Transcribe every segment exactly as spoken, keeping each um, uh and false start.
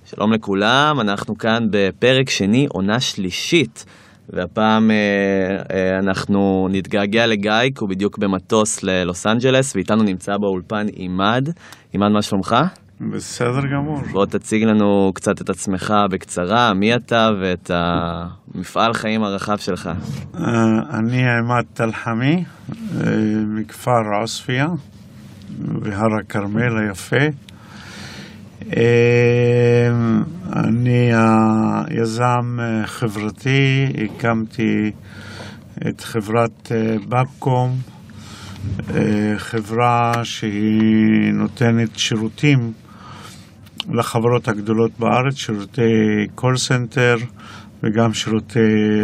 שלום לכולם, אנחנו כאן בפרק שני, עונה שלישית, והפעם אה, אה, אנחנו נתגעגע לגיא, כי הוא בדיוק במטוס ללוס אנג'לס, ואיתנו נמצא באולפן אימד. אימד, מה שלומך? בסדר גמור. בוא תציג לנו קצת את עצמך בקצרה, מי אתה ואת המפעל חיים הרחב שלך. אני אימד תלחמי, מכפר עוספיה, והר הכרמל היפה. אני היזם חברתי, הקמתי את חברת בבקום, חברה שהיא נותנת שירותים לחברות הגדולות בארץ, שירותי קול סנטר וגם שירותי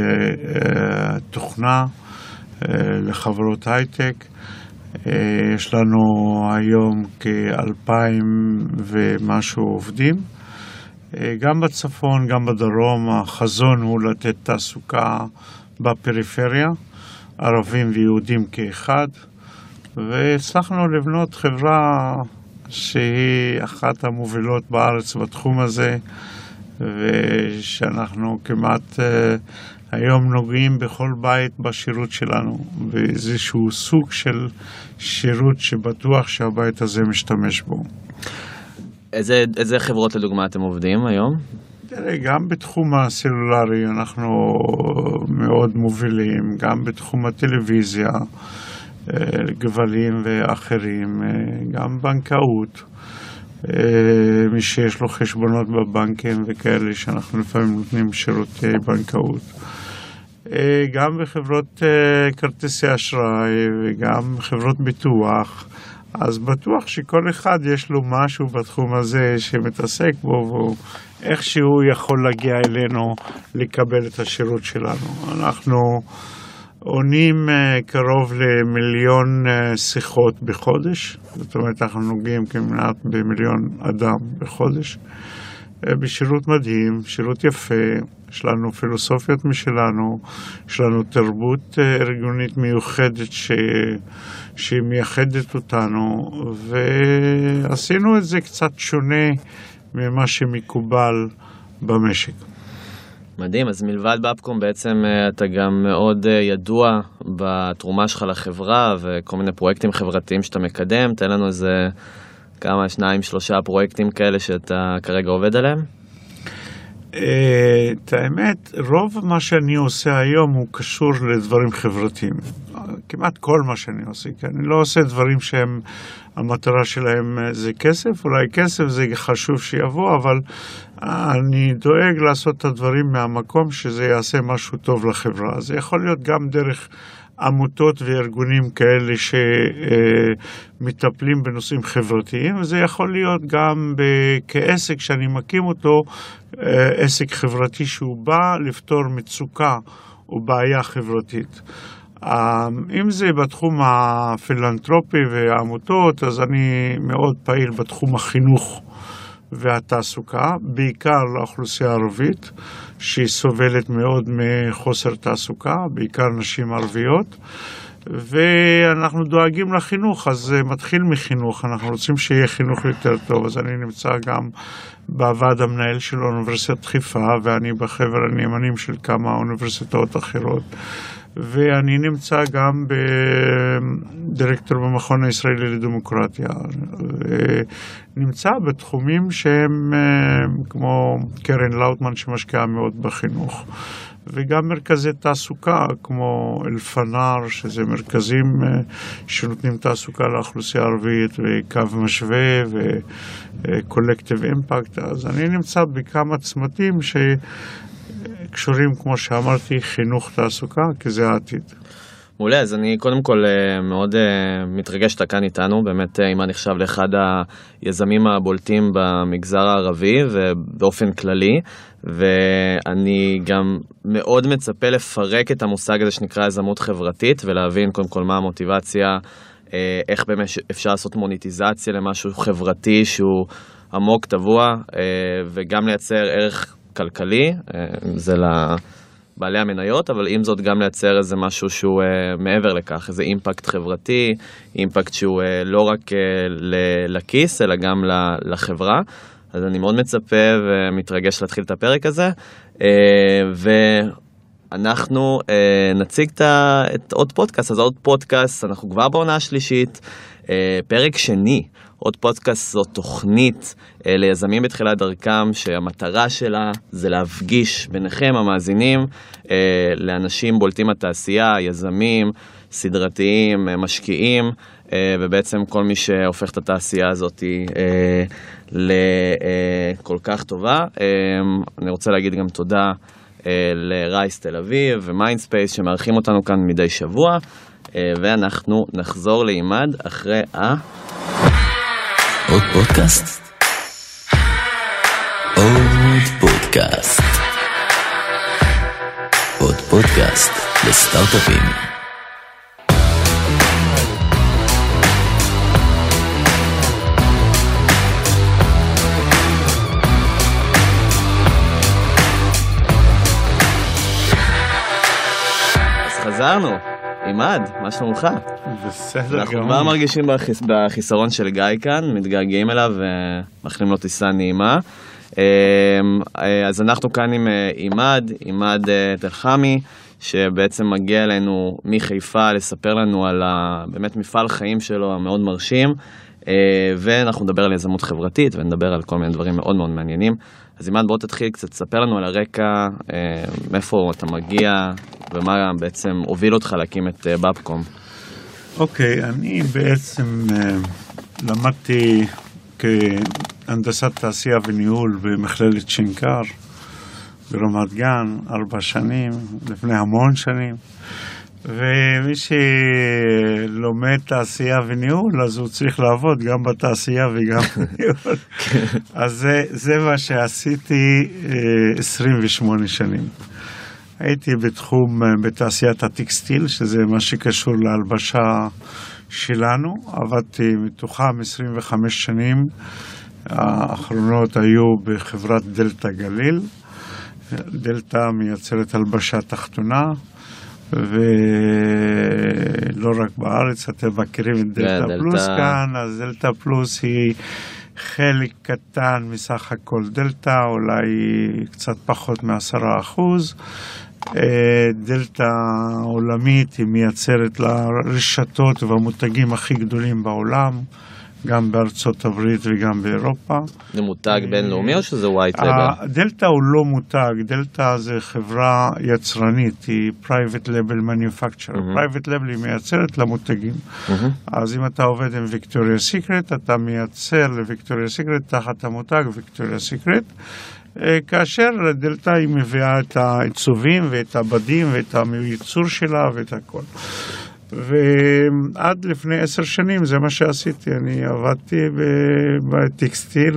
תוכנה לחברות הייטק. יש לנו היום כאלפיים ומשהו עובדים, גם בצפון, גם בדרום. החזון הוא לתת תעסוקה בפריפריה, ערבים ויהודים כאחד, והצלחנו לבנות חברה שהיא אחת המובילות בארץ בתחום הזה, ושאנחנו כמעט היום נוגעים בכל בית בשירות שלנו, באיזשהו סוג של שירות שבטוח שהבית הזה משתמש בו. איזה, איזה חברות לדוגמה אתם עובדים היום? תראה, גם בתחום הסלולרי אנחנו מאוד מובילים, גם בתחום הטלוויזיה, גבלים ואחרים, גם בנקאות, מי שיש לו חשבונות בבנקים וכאלה שאנחנו לפעמים נותנים שירותי בנקאות, גם בחברות כרטיסי אשראי וגם חברות ביטוח. אז בטוח שכל אחד יש לו משהו בתחום הזה שמתעסק בו, ואיכשהו יכול להגיע אלינו לקבל את השירות שלנו. אנחנו עונים קרוב למיליון שיחות בחודש, זאת אומרת אנחנו נוגעים כמעט במיליון אדם בחודש, בשירות מדהים, שירות יפה. יש לנו פילוסופיות משלנו, יש לנו תרבות ארגונית מיוחדת ש... שהיא מייחדת אותנו, ועשינו את זה קצת שונה ממה שמקובל במשק. מדהים, אז מלבד בבקום בעצם אתה גם מאוד ידוע בתרומה שלך לחברה וכל מיני פרויקטים חברתיים שאתה מקדם. תן לנו איזה כמה, שניים, שלושה פרויקטים כאלה שאתה כרגע עובד עליהם. את האמת, רוב מה שאני עושה היום הוא קשור לדברים חברתיים. כמעט כל מה שאני עושה, כי אני לא עושה דברים שהם, המטרה שלהם זה כסף. אולי כסף זה חשוב שיבוא, אבל אני דואג לעשות את הדברים מהמקום שזה יעשה משהו טוב לחברה. זה יכול להיות גם דרך עמותות וארגונים כאלה שמטפלים בנושאים חברתיים, וזה יכול להיות גם כעסק שאני מקים אותו, עסק חברתי שהוא בא לפתור מצוקה או בעיה חברתית. אם זה בתחום הפילנתרופי והעמותות, אז אני מאוד פעיל בתחום החינוך והתעסוקה, בעיקר לאוכלוסייה הערבית, שהיא סובלת מאוד מחוסר תעסוקה, בעיקר נשים ערביות, ואנחנו דואגים לחינוך, אז זה מתחיל מחינוך, אנחנו רוצים שיהיה חינוך יותר טוב. אז אני נמצא גם בוועד המנהל של אוניברסיטת חיפה, ואני בחבר הנאמנים של כמה אוניברסיטאות אחרות, ואני נמצא גם בדירקטור במכון הישראלי לדמוקרטיה, ונמצא בתחומים שהם כמו קרן לאוטמן שמשקיעה מאוד בחינוך, וגם מרכזי תעסוקה כמו אלפנר, שזה מרכזים שנותנים תעסוקה לאוכלוסייה הערבית, וקו משווה וקולקטיב אימפקט. אז אני נמצא בכמה צמתים ש... קשורים, כמו שאמרתי, חינוך תעסוקה, כי זה העתיד. מעולה, אז אני קודם כל מאוד מתרגש שאתה כאן איתנו, באמת אימא נחשב לאחד היזמים הבולטים במגזר הערבי ובאופן כללי, ואני גם מאוד מצפה לפרק את המושג הזה שנקרא יזמות חברתית, ולהבין קודם כל מה המוטיבציה, איך באמת אפשר לעשות מוניטיזציה למשהו חברתי שהוא עמוק, טבוע, וגם לייצר ערך כלכלי, זה לבעלי המניות, אבל עם זאת גם לייצר איזה משהו שהוא מעבר לכך, איזה אימפקט חברתי, אימפקט שהוא לא רק לכיס, אלא גם לחברה. אז אני מאוד מצפה ומתרגש להתחיל את הפרק הזה, ואנחנו נציג את עוד פודקאסט, אז עוד פודקאסט, אנחנו כבר בעונה השלישית, פרק שני, עוד פודקאסט זו תוכנית ליזמים בתחילת דרכם, שהמטרה שלה זה להפגיש ביניכם המאזינים לאנשים בולטים בתעשייה, יזמים, סדרתיים, משקיעים, ובעצם כל מי שהופך את התעשייה הזאת לכל כך טובה. אני רוצה להגיד גם תודה לרייס תל אביב ומיינדספייס שמארחים אותנו כאן מדי שבוע, ואנחנו נחזור לימד אחרי ה... עוד פודקאסט? עוד פודקאסט. עוד פודקאסט לסטארט-אפים. אז חזרנו. עימד, מה שלומך? בסדר גמור. אנחנו כבר מרגישים בחיס... בחיסרון של גיא כאן, מתגעגעים אליו ומאחלים לו טיסה נעימה. אז אנחנו כאן עם עימד, עימד תלחמי, שבעצם מגיע אלינו מחיפה לספר לנו על ה... באמת מפעל חיים שלו המאוד מרשים, ואנחנו נדבר על יזמות חברתית ונדבר על כל מיני דברים מאוד מאוד מעניינים. אז עימד, בוא תתחיל קצת, תספר לנו על הרקע, מאיפה אתה מגיע ומה בעצם הוביל אותך להקים את בבקום. אוקיי, אני בעצם למדתי כהנדסת תעשייה וניהול במכללת שנקר ברמת גן, ארבע שנים, לפני המון שנים. ומי שלומד תעשייה וניהול, אז הוא צריך לעבוד גם בתעשייה וגם בניהול. אז זה, זה מה שעשיתי עשרים ושמונה שנים. הייתי בתחום, בתעשיית הטקסטיל, שזה מה שקשור להלבשה שלנו. עבדתי מתוכם עשרים וחמש שנים. האחרונות היו בחברת דלתא גליל. דלתא מייצרת הלבשה תחתונה. ולא רק בארץ, אתם מכירים את דלתא פלוס כאן, אז דלתא פלוס היא חלק קטן מסך הכל דלתא, אולי קצת פחות מעשרה אחוז. דלתא עולמית היא מייצרת לרשתות והמותגים הכי גדולים בעולם, גם בארצות הברית וגם באירופה. זה מותג בינלאומי או שזה ווייט לבל? דלתא הוא לא מותג, דלתא זה חברה יצרנית, היא private label manufacturer. private label היא מייצרת למותגים. אז אם אתה עובד עם ויקטוריה סיקרט, אתה מייצר לויקטוריה סיקרט תחת המותג ויקטוריה סיקרט, כאשר דלתא היא מביאה את העיצובים ואת הבדים ואת הייצור שלה ואת הכל. ועד לפני עשר שנים זה מה שעשיתי, אני עבדתי בטקסטיל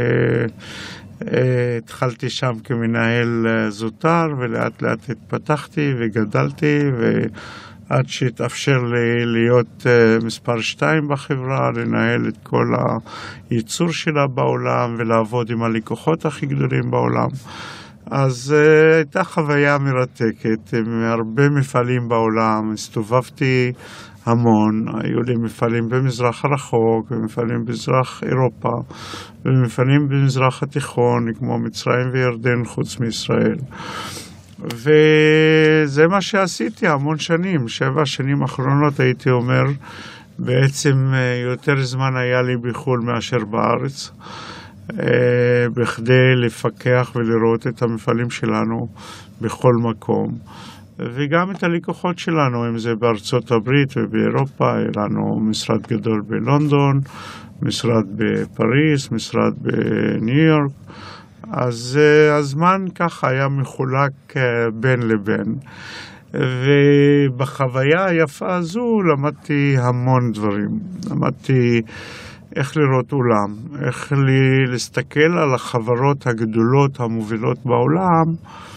והתחלתי שם כמנהל זוטר ולאט לאט התפתחתי וגדלתי ועד שהתאפשר לי להיות מספר שתיים בחברה, לנהל את כל הייצור שלה בעולם ולעבוד עם הלקוחות הכי גדולים בעולם. אז uh, הייתה חוויה מרתקת, עם הרבה מפעלים בעולם, הסתובבתי המון, היו לי מפעלים במזרח הרחוק, ומפעלים במזרח אירופה, ומפעלים במזרח התיכון, כמו מצרים וירדן חוץ מישראל. וזה מה שעשיתי המון שנים, שבע שנים האחרונות הייתי אומר, בעצם יותר זמן היה לי בחו"ל מאשר בארץ. בכדי לפקח ולראות את המפעלים שלנו בכל מקום וגם את הלקוחות שלנו, אם זה בארצות הברית ובאירופה. היה לנו משרד גדול בלונדון, משרד בפריז, משרד בניו יורק. אז הזמן ככה היה מחולק בין לבין, ובחוויה היפה הזו למדתי המון דברים. למדתי איך לראות עולם, איך לי להסתכל על החברות הגדולות המובילות בעולם,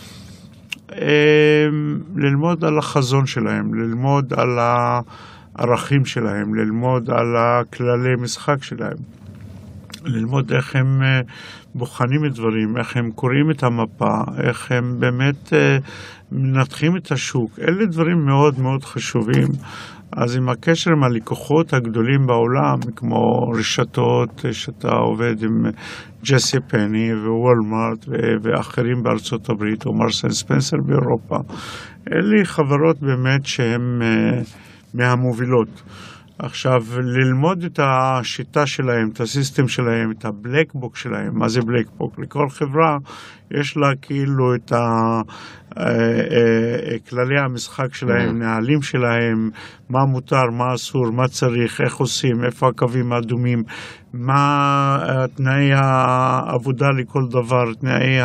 ללמוד על החזון שלהם, ללמוד על הערכים שלהם, ללמוד על הכללי משחק שלהם. ללמוד איך הם בוחנים את דברים, איך הם קוראים את המפה, איך הם באמת מנתחים את השוק. אלה דברים מאוד מאוד חשובים. אז עם הקשר עם הלקוחות הגדולים בעולם, כמו רשתות, שאתה עובד עם ג'סי פני ווולמארט ואחרים בארצות הברית, או מרסל ספנסר באירופה, אלה חברות באמת שהן מהמובילות. עכשיו, ללמוד את השיטה שלהם, את הסיסטם שלהם, את הבלקבוק שלהם. מה זה בלקבוק? לכל חברה יש לה כאילו את כללי המשחק שלהם, נהלים שלהם, מה מותר, מה אסור, מה צריך, איך עושים, איפה הקווים האדומים, מה תנאי העבודה לכל דבר, תנאי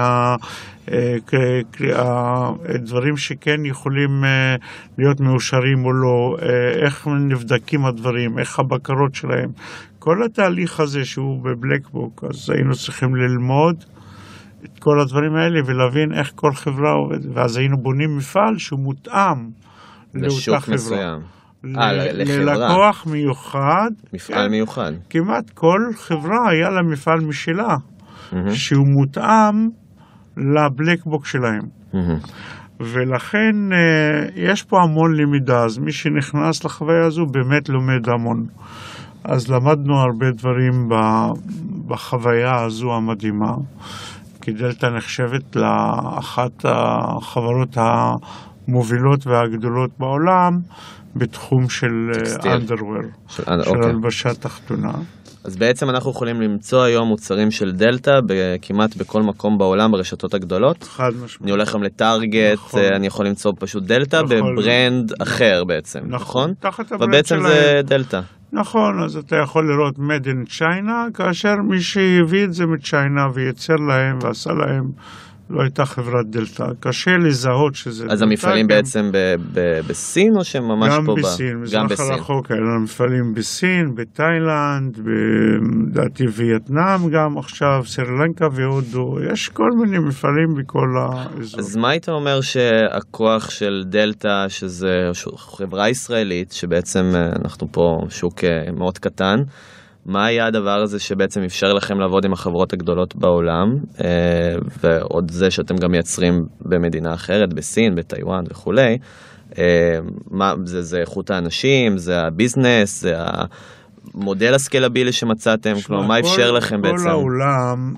הדברים שכן יכולים להיות מאושרים או לא, איך נבדקים הדברים, איך הבקרות שלהם. כל התהליך הזה שהוא בבלקבוק, אז היינו צריכים ללמוד את כל הדברים האלה ולהבין איך כל חברה עובדת. ואז היינו בונים מפעל שהוא מותאם לאותה חברה. מסוים. אה, לחברה. ללקוח מיוחד. מפעל מיוחד. כמעט כל חברה היה לה מפעל משלה, שהוא מותאם לבלקבוק שלהם. ולכן יש פה המון למידה, אז מי שנכנס לחוויה הזו באמת לומד המון. אז למדנו הרבה דברים בחוויה הזו המדהימה, כי דלתא נחשבת לאחת החברות המובילות והגדולות בעולם בתחום של אנדרוור, של, של הלבשה תחתונה. אז בעצם אנחנו יכולים למצוא היום מוצרים של דלתא כמעט בכל מקום בעולם ברשתות הגדולות. חד משמעית. אני הולך גם לטארגט, נכון. אני יכול למצוא פשוט דלתא נכון. בברנד נכון. אחר בעצם, נכון? נכון? תחת הברנד ובעצם שלהם. זה דלתא. נכון, אז אתה יכול לראות Made in China, כאשר מי שהביא את זה מצ'יינה וייצר להם ועשה להם, לא הייתה חברת דלתא. קשה לזהות שזה דלתא. אז המפעלים בעצם בסין או שהם ממש פה? גם בסין, מזרח הרחוק, היה לנו מפעלים בסין, בתאילנד, בדעתי וייטנאם גם עכשיו, סרילנקה והודו, יש כל מיני מפעלים בכל האזור. אז מה היית אומר שהכוח של דלתא, שזה חברה ישראלית, שבעצם אנחנו פה שוק מאוד קטן, מה היה הדבר הזה שבעצם אפשר לכם לעבוד עם החברות הגדולות בעולם, ועוד זה שאתם גם מייצרים במדינה אחרת, בסין, בטיואן וכולי, מה, זה, זה איכות האנשים, זה הביזנס, זה המודל הסקלבילי שמצאתם, כלומר, מה אפשר לכם כל בעצם? כל העולם,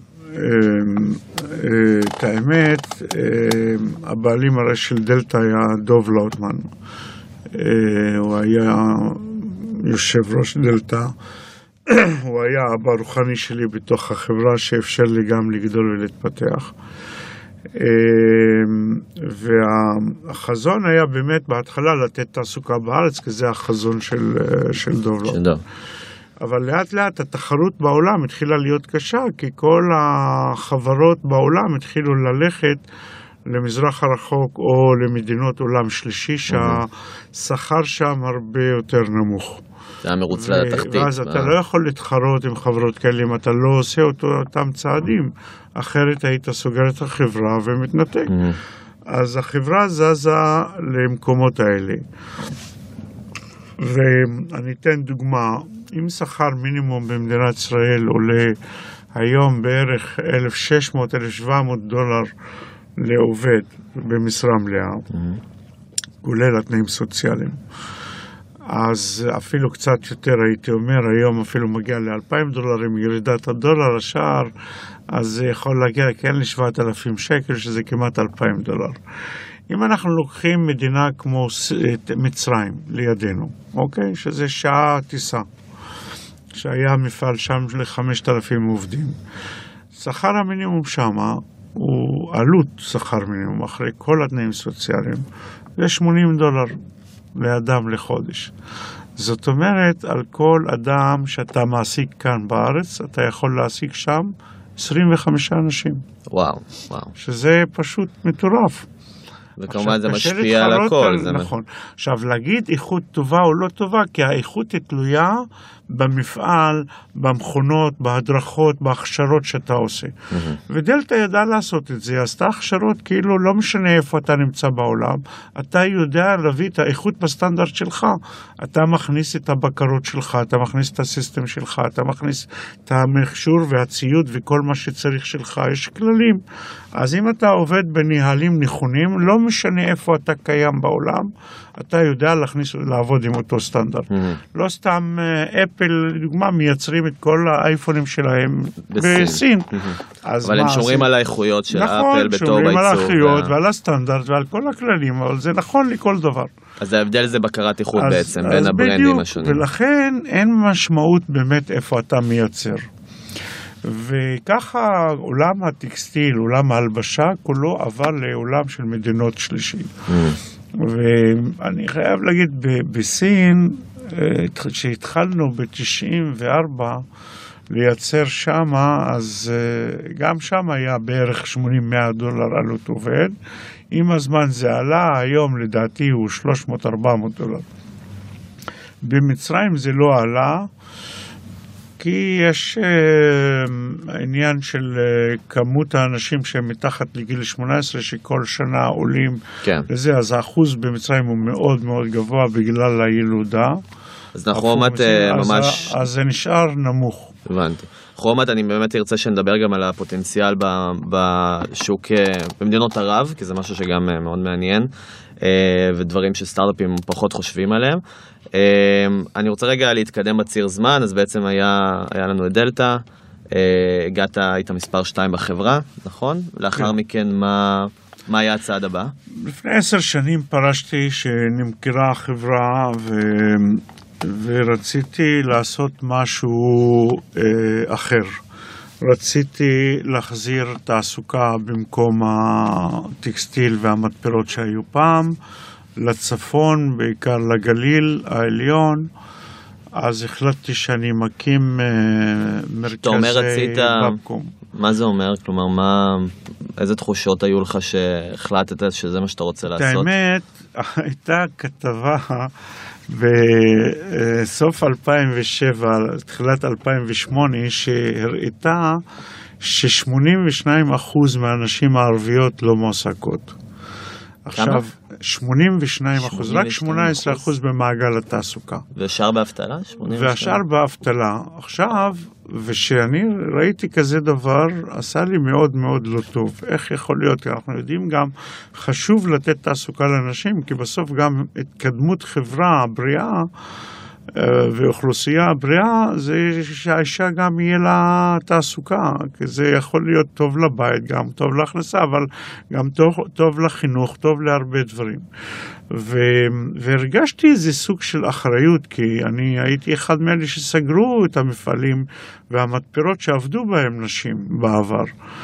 את האמת, הבעלים הרי של דלתא היה דוב לאוטמן, הוא היה יושב ראש דלתא, הוא היה אבא רוחני שלי בתוך החברה שאפשר לי גם לגדול ולהתפתח. והחזון היה באמת בהתחלה לתת תעסוקה בארץ, כי זה החזון של, של דוב לאוטמן. אבל לאט לאט התחרות בעולם התחילה להיות קשה, כי כל החברות בעולם התחילו ללכת למזרח הרחוק או למדינות עולם שלישי, שהשכר שם הרבה יותר נמוך. זה היה מרוץ לתחתית. ואז אתה לא יכול להתחרות עם חברות כאלה אם אתה לא עושה אותו, אותם צעדים. אחרת היית סוגר את החברה ומתנתק. אז החברה זזה למקומות האלה. ואני אתן דוגמה, אם שכר מינימום במדינת ישראל עולה היום בערך אלף ושש מאות עד אלף ושבע מאות דולר לעובד במשרה מלאה, כולל התנאים סוציאליים. אז אפילו קצת יותר הייתי אומר, היום אפילו מגיע ל-אלפיים דולר עם ירידת הדולר השער, אז זה יכול להגיע כן ל-שבעת אלפים שקל, שזה כמעט אלפיים דולר. אם אנחנו לוקחים מדינה כמו מצרים לידינו, אוקיי? שזה שעה טיסה, שהיה מפעל שם ל-חמשת אלפים עובדים. שכר המינימום שם הוא עלות שכר מינימום, אחרי כל התנאים סוציאליים, זה שמונים דולר לאדם לחודש. זאת אומרת, על כל אדם שאתה מעסיק כאן בארץ, אתה יכול להעסיק שם עשרים וחמישה אנשים. וואו, וואו. שזה פשוט מטורף. וכמובן זה משפיע על הכל. זה נכון. עכשיו, להגיד איכות טובה או לא טובה, כי האיכות היא תלויה במפעל, במכונות, בהדרכות, בהכשרות שאתה עושה. ודלתא ידע לעשות את זה, עשתה הכשרות כאילו לא משנה איפה אתה נמצא בעולם, אתה יודע להביא את האיכות בסטנדרט שלך. אתה מכניס את הבקרות שלך, אתה מכניס את הסיסטם שלך, אתה מכניס את המכשור והציוד וכל מה שצריך שלך, יש כללים. אז אם אתה עובד בנהלים נכונים, לא משנה איפה אתה קיים בעולם, אתה יודע להכניס, לעבוד עם אותו סטנדרט. Mm-hmm. לא סתם אפל, לדוגמה, מייצרים את כל האייפונים שלהם בסין. בסין. Mm-hmm. אבל הם שומרים על האיכויות של נכון, אפל בתור שומרים בייצור. על האיכויות ו... ועל הסטנדרט ועל כל הכללים, אבל זה נכון לכל דבר. אז ההבדל זה בקרת איכות אז, בעצם, אז בין הברנדים בדיוק, השונים. ולכן אין משמעות באמת איפה אתה מייצר. וככה עולם הטקסטיל, עולם ההלבשה, כולו עבר לעולם של מדינות שלישית. Mm. ואני חייב להגיד, ב- בסין, כשהתחלנו ב-תשעים וארבע לייצר שמה, אז גם שם היה בערך שמונים מאה דולר עלות עובד. עם הזמן זה עלה, היום לדעתי הוא שלוש מאות ארבע מאות דולר. במצרים זה לא עלה, כי יש uh, עניין של uh, כמות האנשים שהם מתחת לגיל שמונה עשרה שכל שנה עולים כן. לזה, אז האחוז במצרים הוא מאוד מאוד גבוה בגלל הילודה. אז אנחנו עומת uh, ממש... אז, אז זה נשאר נמוך. הבנתי. חומת, אני באמת ארצה שנדבר גם על הפוטנציאל בשוק, במדינות ערב, כי זה משהו שגם מאוד מעניין, ודברים שסטארט-אפים פחות חושבים עליהם. אני רוצה רגע להתקדם בציר זמן, אז בעצם היה, היה לנו את דלתא, הגעת, היית מספר שתיים בחברה, נכון? לאחר מכן, מה, מה היה הצעד הבא? לפני עשר שנים פרשתי שנמכרה החברה, ו... ורציתי לעשות משהו אה, אחר. רציתי להחזיר תעסוקה במקום הטקסטיל והמדפרות שהיו פעם, לצפון, בעיקר לגליל העליון. אז החלטתי שאני מקים אה, מרכזי בבקום. מה זה אומר? כלומר, מה, איזה תחושות היו לך שהחלטת שזה מה שאתה רוצה לעשות? האמת, הייתה כתבה בסוף אלפיים ושבע, תחילת אלפיים ושמונה, שהראיתה ש-שמונים ושניים אחוז מהנשים הערביות לא מועסקות. עכשיו, שמונים ושניים אחוז, רק שמונה עשרה אחוז במעגל התעסוקה. והשאר באבטלה? והשאר באבטלה. עכשיו, ושאני ראיתי כזה דבר, עשה לי מאוד מאוד לא טוב. איך יכול להיות? אנחנו יודעים גם, חשוב לתת תעסוקה לאנשים, כי בסוף גם התקדמות חברה בריאה, ואוכלוסייה בריאה, זה שהאישה גם יהיה לה תעסוקה, כי זה יכול להיות טוב לבית, גם טוב להכנסה, אבל גם טוב, טוב לחינוך, טוב להרבה דברים. ו, והרגשתי איזה סוג של אחריות, כי אני הייתי אחד מאלה שסגרו את המפעלים והמדפרות שעבדו בהם נשים בעבר.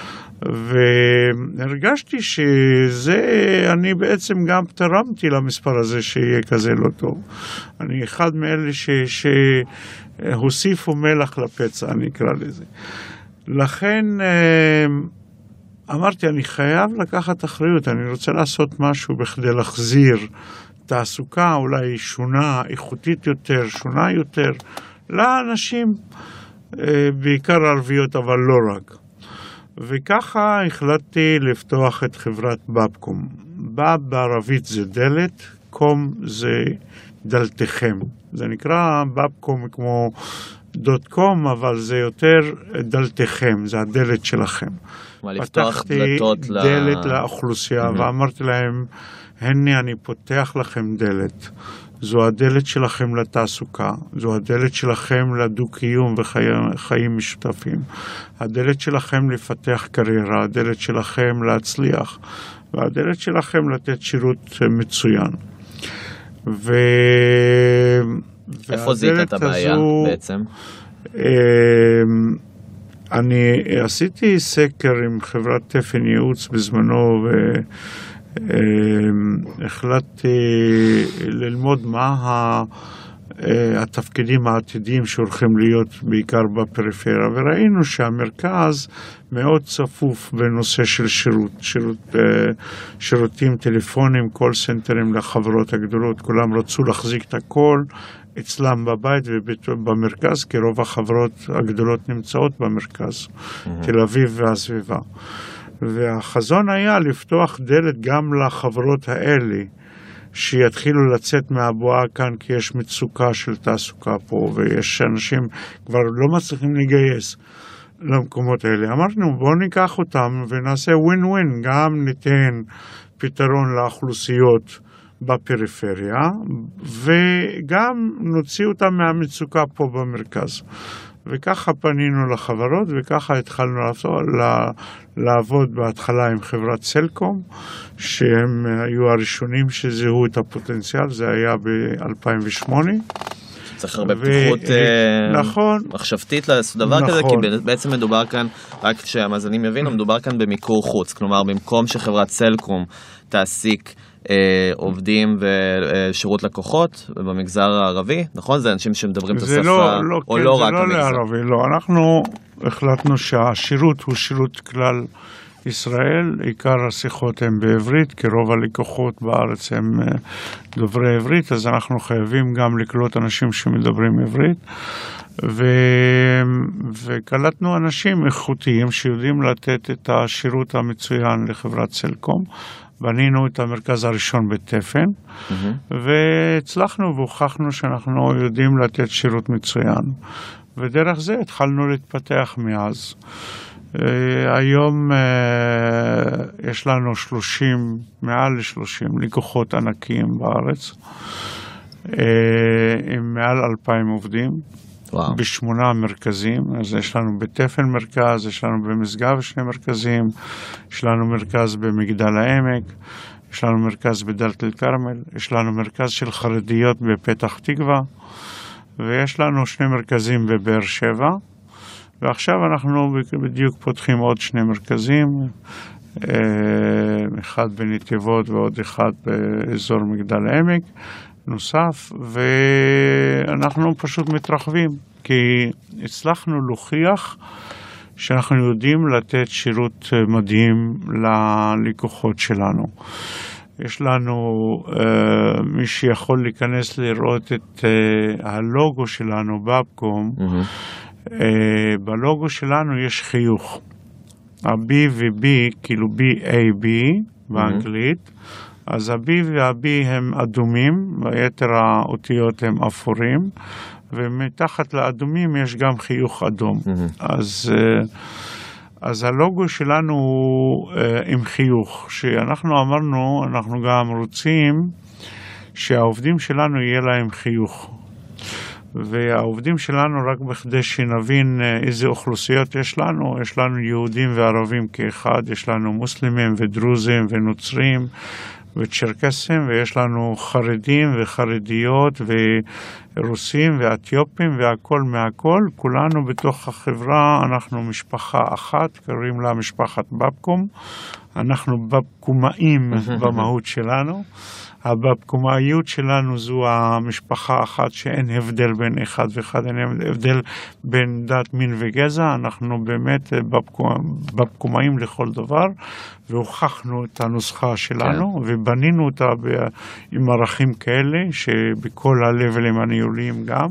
והרגשתי שזה, אני בעצם גם תרמתי למספר הזה שיהיה כזה לא טוב. אני אחד מאלה ש, שהוסיפו מלח לפצע, אני אקרא לזה. לכן אמרתי, אני חייב לקחת אחריות, אני רוצה לעשות משהו בכדי להחזיר תעסוקה אולי שונה, איכותית יותר, שונה יותר, לאנשים, בעיקר ערביות, אבל לא רק. וככה החלטתי לפתוח את חברת בבקום. בב בערבית זה דלת, קום זה דלתכם. זה נקרא בבקום כמו דוט קום, אבל זה יותר דלתכם, זה הדלת שלכם. פתחתי דלת לאוכלוסייה mm-hmm. ואמרתי להם, הנה אני פותח לכם דלת. זו הדלת שלכם לתעסוקה, זו הדלת שלכם לדו-קיום וחיים משותפים, הדלת שלכם לפתח קריירה, הדלת שלכם להצליח, והדלת שלכם לתת שירות מצוין. ו... איפה זיהית את הבעיה הזו, בעצם? אני עשיתי סקר עם חברת תפן ייעוץ בזמנו, ו... החלטתי ללמוד מה התפקידים העתידיים שהולכים להיות בעיקר בפריפריה, וראינו שהמרכז מאוד צפוף בנושא של שירות, שירות שירותים טלפונים, קול סנטרים לחברות הגדולות, כולם רצו להחזיק את הכל אצלם בבית ובמרכז, כי רוב החברות הגדולות נמצאות במרכז, mm-hmm. תל אביב והסביבה. והחזון היה לפתוח דלת גם לחברות האלה, שיתחילו לצאת מהבועה כאן, כי יש מצוקה של תעסוקה פה, ויש אנשים כבר לא מצליחים לגייס למקומות האלה. אמרנו, בואו ניקח אותם ונעשה ווין ווין, גם ניתן פתרון לאוכלוסיות בפריפריה, וגם נוציא אותם מהמצוקה פה במרכז. וככה פנינו לחברות, וככה התחלנו לעבוד בהתחלה עם חברת סלקום, שהם היו הראשונים שזיהו את הפוטנציאל, זה היה ב-אלפיים ושמונה. צריך הרבה פתיחות מחשבתית לעשות דבר כזה, כי בעצם מדובר כאן, רק שהמאזינים יבינו, מדובר כאן במיקור חוץ, כלומר במקום שחברת סלקום תעסיק עובדים ושירות לקוחות במגזר הערבי, נכון? זה אנשים שמדברים את השפה, או לא רק המגזר? זה לא לערבי, לא. אנחנו החלטנו שהשירות הוא שירות כלל ישראל, עיקר השיחות הן בעברית, כי רוב הלקוחות בארץ הם דוברי עברית, אז אנחנו חייבים גם לקלוט אנשים שמדברים עברית, ו... וקלטנו אנשים איכותיים שיודעים לתת את השירות המצוין לחברת סלקום. בנינו את המרכז הראשון בתפן, mm-hmm. והצלחנו והוכחנו שאנחנו יודעים לתת שירות מצוין. ודרך זה התחלנו להתפתח מאז. היום יש לנו שלושים, מעל ל-שלושים לקוחות ענקיים בארץ, עם מעל אלפיים עובדים. וואו. בשמונה מרכזים, אז יש לנו בתפן מרכז, יש לנו במשגב שני מרכזים, יש לנו מרכז במגדל העמק, יש לנו מרכז בדלית אל כרמל, יש לנו מרכז של חרדיות בפתח תקווה, ויש לנו שני מרכזים בבאר שבע, ועכשיו אנחנו בדיוק פותחים עוד שני מרכזים, אחד בנתיבות ועוד אחד באזור מגדל העמק, נוסף, ואנחנו פשוט מתרחבים, כי הצלחנו להוכיח שאנחנו יודעים לתת שירות מדהים ללקוחות שלנו. יש לנו uh, מי שיכול להיכנס לראות את uh, הלוגו שלנו באבקום, mm-hmm. uh, בלוגו שלנו יש חיוך. ה-B ו-B, כאילו B-A-B באנגלית, mm-hmm. אז ה-B וה-B הם אדומים, ויתר האותיות הם אפורים, ומתחת לאדומים יש גם חיוך אדום. Mm-hmm. אז, אז הלוגו שלנו הוא עם חיוך, שאנחנו אמרנו, אנחנו גם רוצים שהעובדים שלנו יהיה להם חיוך. והעובדים שלנו, רק בכדי שנבין איזה אוכלוסיות יש לנו, יש לנו יהודים וערבים כאחד, יש לנו מוסלמים ודרוזים ונוצרים, וצ'רקסים, ויש לנו חרדים וחרדיות ורוסים ואתיופים והכל מהכל. כולנו בתוך החברה, אנחנו משפחה אחת, קוראים לה משפחת באבקום. אנחנו באבקומאים במהות שלנו. הבאבקומאיות שלנו זו המשפחה האחת שאין הבדל בין אחד ואחד, אין הבדל בין דת, מין וגזע. אנחנו באמת באבקומאים לכל דבר, והוכחנו את הנוסחה שלנו, כן. ובנינו אותה ב- עם ערכים כאלה, שבכל הלבלים הניהוליים גם.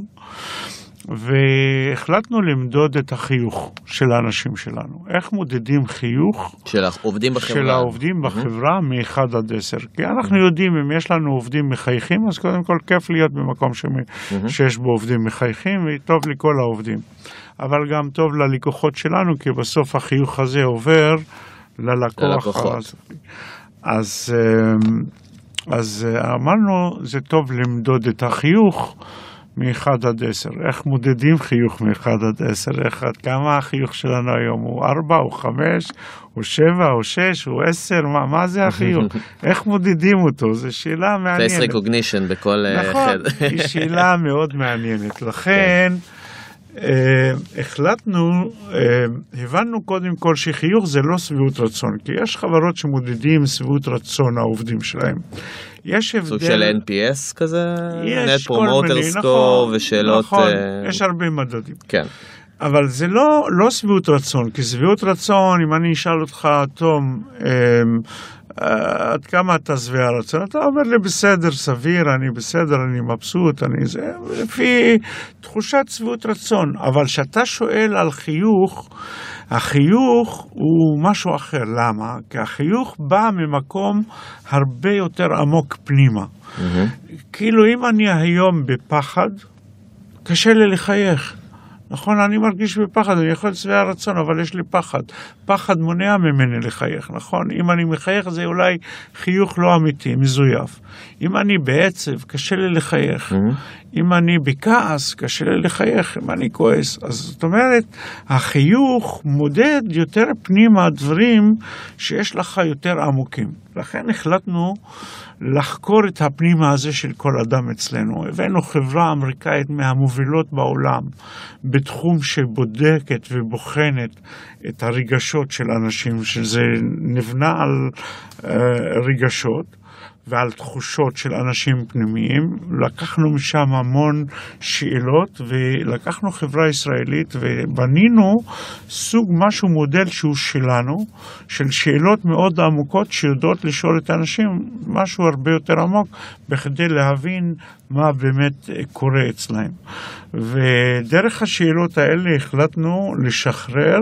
והחלטנו למדוד את החיוך של האנשים שלנו. איך מודדים חיוך של העובדים בחברה? של העובדים בחברה mm-hmm. מ-אחד עד עשר. כי אנחנו mm-hmm. יודעים, אם יש לנו עובדים מחייכים, אז קודם כל כיף להיות במקום ש... mm-hmm. שיש בו עובדים מחייכים, וטוב לכל העובדים. אבל גם טוב ללקוחות שלנו, כי בסוף החיוך הזה עובר ללקוח. ללקוחות. אז, אז אמרנו, זה טוב למדוד את החיוך, מ-אחד עד עשר. איך מודדים חיוך מ-אחד עד עשר? איך, כמה החיוך שלנו היום? הוא ארבע, הוא חמש, הוא שבע, הוא שש, הוא עשר? מה, מה זה החיוך? איך מודדים אותו? זו שאלה מעניינת. Face recognition בכל נכון, חד. היא שאלה מאוד מעניינת. לכן, החלטנו, הבנו קודם כל שחיוך זה לא סביבות רצון, כי יש חברות שמודדים סביבות רצון העובדים שלהם. יש הבדל... סוג של אן פי אס כזה? יש כל מיני, Promoter Score נכון, ושאלות... נכון, יש הרבה מדדים. כן. אבל זה לא, לא סביבות רצון, כי סביבות רצון, אם אני אשאל אותך, תום, עד כמה אתה שבע רצון? אתה אומר לי בסדר, סביר, אני בסדר, אני מבסוט, אני זה, לפי תחושת סביבות רצון. אבל כשאתה שואל על חיוך, החיוך הוא משהו אחר. למה? כי החיוך בא ממקום הרבה יותר עמוק פנימה. Mm-hmm. כאילו אם אני היום בפחד, קשה לי לחייך. נכון, אני מרגיש בפחד, אני יכול לשביע רצון, אבל יש לי פחד. פחד מונע ממני לחייך, נכון? אם אני מחייך זה אולי חיוך לא אמיתי, מזויף. אם אני בעצב, קשה לי לחייך. Mm-hmm. אם אני בכעס, קשה לי לחייך. אם אני כועס. אז זאת אומרת, החיוך מודד יותר פנימה דברים שיש לך יותר עמוקים. לכן החלטנו לחקור את הפנימה הזה של כל אדם אצלנו. הבאנו חברה אמריקאית מהמובילות בעולם בתחום שבודקת ובוחנת את הרגשות של אנשים, שזה נבנה על uh, רגשות ועל תחושות של אנשים פנימיים. לקחנו משם המון שאלות ולקחנו חברה ישראלית ובנינו סוג משהו מודל שהוא שלנו, של שאלות מאוד עמוקות שיודעות לשאול את האנשים משהו הרבה יותר עמוק בכדי להבין מה באמת קורה אצלהם. ודרך השאלות האלה החלטנו לשחרר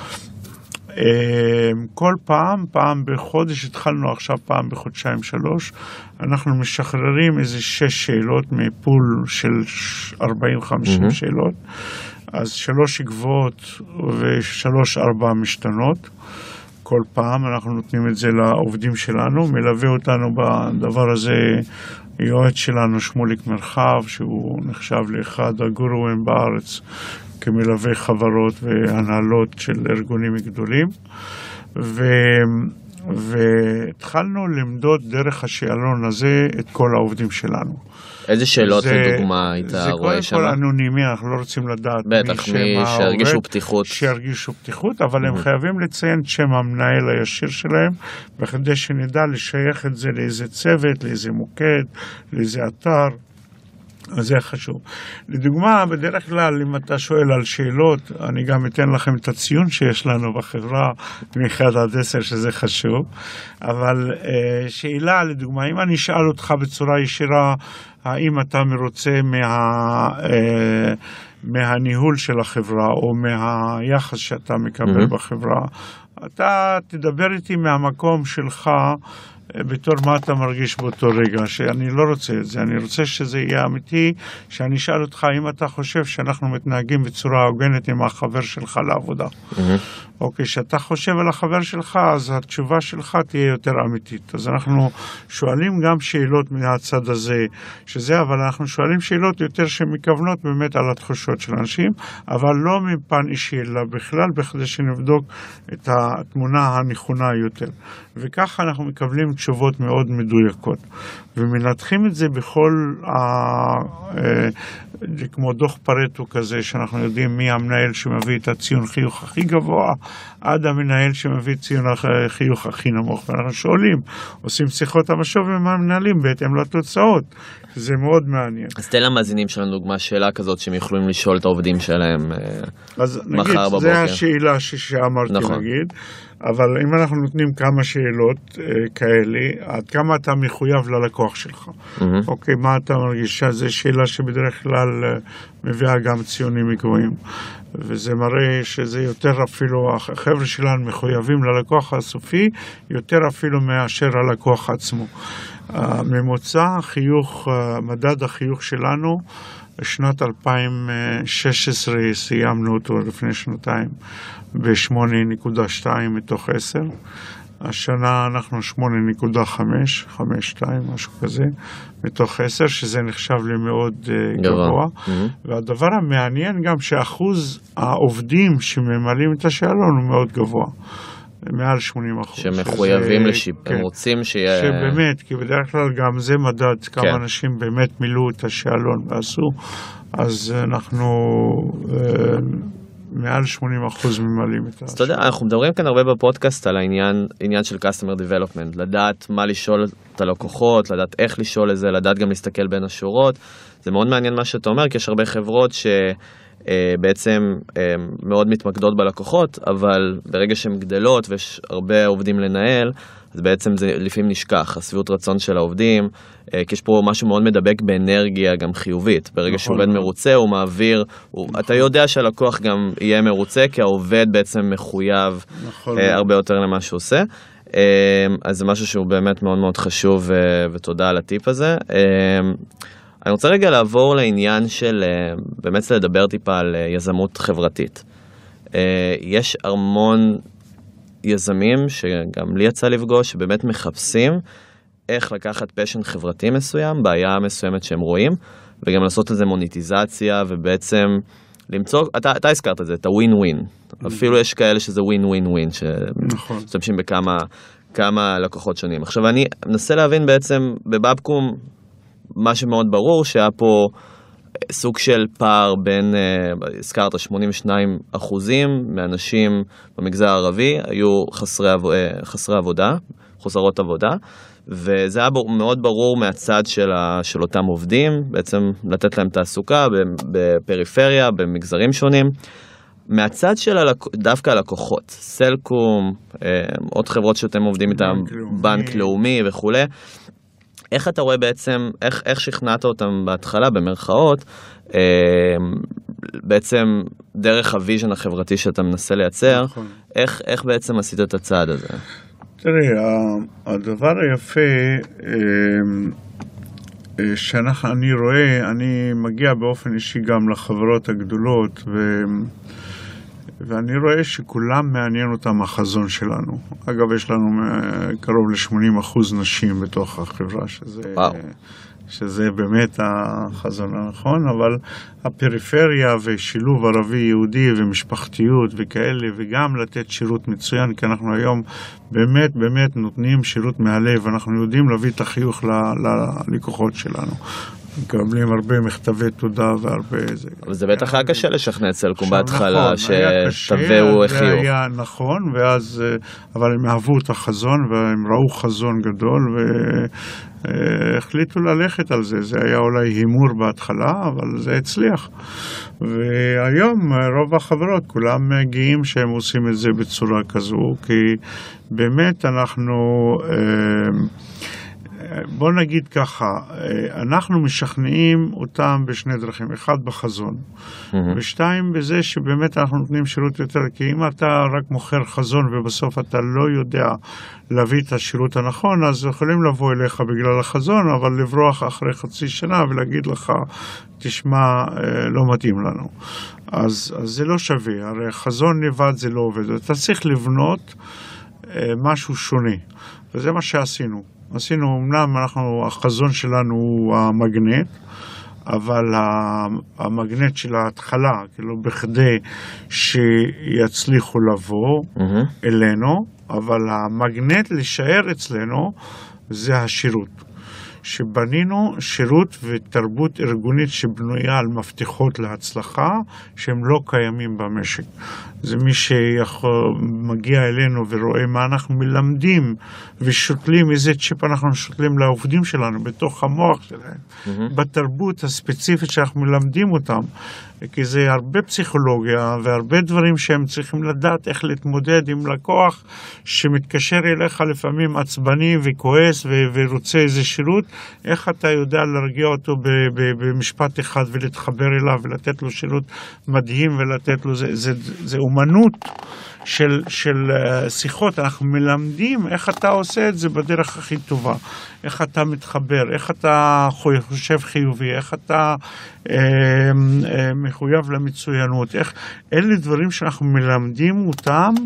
כל פעם, פעם בחודש, התחלנו עכשיו פעם בחודשיים שלוש, אנחנו משחררים איזה שש שאלות מפול של ארבעים חמישים mm-hmm. שאלות, אז שלוש שכבות ושלוש ארבע משתנות. כל פעם אנחנו נותנים את זה לעובדים שלנו, מלווה אותנו בדבר הזה יועץ שלנו שמוליק מרחב, שהוא נחשב לאחד הגורואים בארץ כמלווה חברות והנהלות של ארגונים גדולים, ו... והתחלנו למדוד דרך השאלון הזה את כל העובדים שלנו. איזה שאלות לדוגמה היית רואה שם? זה קודם כל אנונימי, אנחנו לא רוצים לדעת בטח, מי שירגישו פתיחות. שירגישו פתיחות, אבל הם חייבים לציין את שם המנהל הישיר שלהם, בכדי שנדע לשייך את זה לאיזה צוות, לאיזה מוקד, לאיזה אתר. אז זה חשוב. לדוגמה, בדרך כלל, אם אתה שואל על שאלות, אני גם אתן לכם את הציון שיש לנו בחברה, מ-אחד עד עשר, שזה חשוב. אבל אה, שאלה, לדוגמה, אם אני אשאל אותך בצורה ישירה, האם אתה מרוצה מה, אה, מהניהול של החברה, או מהיחס שאתה מקבל mm-hmm. בחברה, אתה תדבר איתי מהמקום שלך, בתור מה אתה מרגיש באותו רגע, שאני לא רוצה את זה, אני רוצה שזה יהיה אמיתי, שאני אשאל אותך אם אתה חושב שאנחנו מתנהגים בצורה הוגנת עם החבר שלך לעבודה. Mm-hmm. אוקיי, שאתה חושב על החבר שלך, אז התשובה שלך תהיה יותר אמיתית. אז אנחנו שואלים גם שאלות מהצד הזה, שזה, אבל אנחנו שואלים שאלות יותר שמכוונות באמת על התחושות של אנשים, אבל לא מפן אישי, אלא בכלל, בכדי שנבדוק את התמונה הנכונה יותר. וככה אנחנו מקבלים תשובות מאוד מדויקות. ומנתחים את זה בכל, ה... כמו דוח פרטו כזה, שאנחנו יודעים מי המנהל שמביא את הציון חיוך הכי גבוה, עד המנהל שמביא ציון חיוך הכי נמוך. ואנחנו שואלים, עושים שיחות המשוב עם המנהלים בהתאם לתוצאות. זה מאוד מעניין. אז תן למאזינים שלנו דוגמה, שאלה כזאת שהם יכולים לשאול את העובדים שלהם אז מחר נגיד, בבוקר. זה השאלה שאמרתי נכון. נגיד, אבל אם אנחנו נותנים כמה שאלות אה, כאלה, עד כמה אתה מחויב ללקוח שלך? Mm-hmm. אוקיי, מה אתה מרגיש? זו שאלה שבדרך כלל אה, מביאה גם ציונים גבוהים. וזה מראה שזה יותר אפילו, החבר'ה שלנו מחויבים ללקוח הסופי, יותר אפילו מאשר הלקוח עצמו. הממוצע, החיוך, מדד החיוך שלנו, שנת אלפיים ושש עשרה סיימנו אותו לפני שנתיים ב-שמונה נקודה שתיים מתוך עשר. השנה אנחנו שמונה נקודה חמש, חמש שתיים, משהו כזה, מתוך עשר, שזה נחשב לי מאוד uh, גבוה. Mm-hmm. והדבר המעניין גם שאחוז העובדים שממלאים את השאלון הוא מאוד גבוה. מעל שמונים אחוז. שמחויבים לשיפור, הם רוצים שיהיה... שבאמת, כי בדרך כלל גם זה מדד, כמה כן. אנשים באמת מילאו את השאלון ועשו, אז אנחנו אה, מעל שמונים אחוז ממלאים את השאלון. אז אתה יודע, אנחנו מדברים כאן הרבה בפודקאסט על העניין, עניין של Customer Development, לדעת מה לשאול את הלקוחות, לדעת איך לשאול את זה, לדעת גם להסתכל בין השורות. זה מאוד מעניין מה שאתה אומר, כי יש הרבה חברות ש... בעצם מאוד מתמקדות בלקוחות, אבל ברגע שהן גדלות ויש הרבה עובדים לנהל, אז בעצם זה לפעמים נשכח, הסביבות רצון של העובדים, כי יש פה משהו מאוד מדבק באנרגיה גם חיובית. ברגע שהוא עובד מרוצה, הוא מעביר, אתה יודע שהלקוח גם יהיה מרוצה, כי העובד בעצם מחויב הרבה יותר למה שהוא עושה. אז זה משהו שהוא באמת מאוד מאוד חשוב, ותודה על הטיפ הזה. אני רוצה רגע לעבור לעניין של, באמת לדבר טיפה על יזמות חברתית. יש המון יזמים, שגם לי יצא לפגוש, שבאמת מחפשים איך לקחת פשן חברתי מסוים, בעיה מסוימת שהם רואים, וגם לעשות לזה מוניטיזציה, ובעצם למצוא, אתה, אתה הזכרת את זה, את הווין ווין. אפילו יש כאלה שזה ווין ווין ווין, שמשתמשים בכמה כמה לקוחות שונים. עכשיו אני מנסה להבין בעצם בבאבקום, מה שמאוד ברור שהיה פה סוג של פער בין, הזכרת, שמונים ושניים אחוזים מאנשים במגזר הערבי היו חסרי, חסרי עבודה, חוסרות עבודה, וזה היה מאוד ברור מהצד של, ה, של אותם עובדים, בעצם לתת להם תעסוקה בפריפריה, במגזרים שונים. מהצד של הלק... דווקא הלקוחות, סלקום, עוד חברות שאתם עובדים איתם, בנק לאומי וכו'. איך אתה רואה בעצם, איך, איך שכנעת אותם בהתחלה, במרכאות, אה, בעצם דרך הוויז'ן החברתי שאתה מנסה לייצר, נכון. איך, איך בעצם עשית את הצעד הזה? תראי, הדבר היפה אה, שאני רואה, אני מגיע באופן אישי גם לחברות הגדולות, ו... ואני רואה שכולם מעניין אותם החזון שלנו. אגב, יש לנו קרוב ל-שמונים אחוז נשים בתוך החברה, שזה, שזה באמת החזון הנכון, אבל הפריפריה ושילוב ערבי-יהודי ומשפחתיות וכאלה, וגם לתת שירות מצוין, כי אנחנו היום באמת באמת נותנים שירות מהלב, אנחנו יודעים להביא את החיוך ללקוחות שלנו. מקבלים הרבה מכתבי תודה והרבה זה. אבל זה בטח היה קשה לשכנע את סלקום בהתחלה, שתביאו חיוך. זה היה נכון, ואז, אבל הם אהבו את החזון, והם ראו חזון גדול, והחליטו ללכת על זה. זה היה אולי הימור בהתחלה, אבל זה הצליח. והיום רוב החברות, כולם מגיעים שהם עושים את זה בצורה כזו, כי באמת אנחנו... בוא נגיד ככה, אנחנו משכנעים אותם בשני דרכים, אחד בחזון, mm-hmm. ושתיים בזה שבאמת אנחנו נותנים שירות יותר, כי אם אתה רק מוכר חזון ובסוף אתה לא יודע להביא את השירות הנכון, אז יכולים לבוא אליך בגלל החזון, אבל לברוח אחרי חצי שנה ולהגיד לך, תשמע, לא מתאים לנו. אז, אז זה לא שווה, הרי חזון לבד זה לא עובד, אתה צריך לבנות משהו שונה, וזה מה שעשינו. עשינו, אמנם אנחנו, החזון שלנו הוא המגנט, אבל המגנט של ההתחלה, כאילו בכדי שיצליחו לבוא mm-hmm. אלינו, אבל המגנט להישאר אצלנו זה השירות. שבנינו שירות ותרבות ארגונית שבנויה על מפתחות להצלחה שהם לא קיימים במשק. זה מי שמגיע אלינו ורואה מה אנחנו מלמדים ושותלים, איזה צ'יפ אנחנו שותלים לעובדים שלנו בתוך המוח שלהם, mm-hmm. בתרבות הספציפית שאנחנו מלמדים אותם, כי זה הרבה פסיכולוגיה והרבה דברים שהם צריכים לדעת איך להתמודד עם לקוח שמתקשר אליך לפעמים עצבני וכועס ו- ורוצה איזה שירות, איך אתה יודע להרגיע אותו ב- ב- במשפט אחד ולהתחבר אליו ולתת לו שירות מדהים ולתת לו, זה, זה, זה אומנות של, של שיחות, אנחנו מלמדים איך אתה עושה את זה בדרך הכי טובה, איך אתה מתחבר, איך אתה חושב חיובי, איך אתה אה, אה, מחויב למצוינות, איך, אלה דברים שאנחנו מלמדים אותם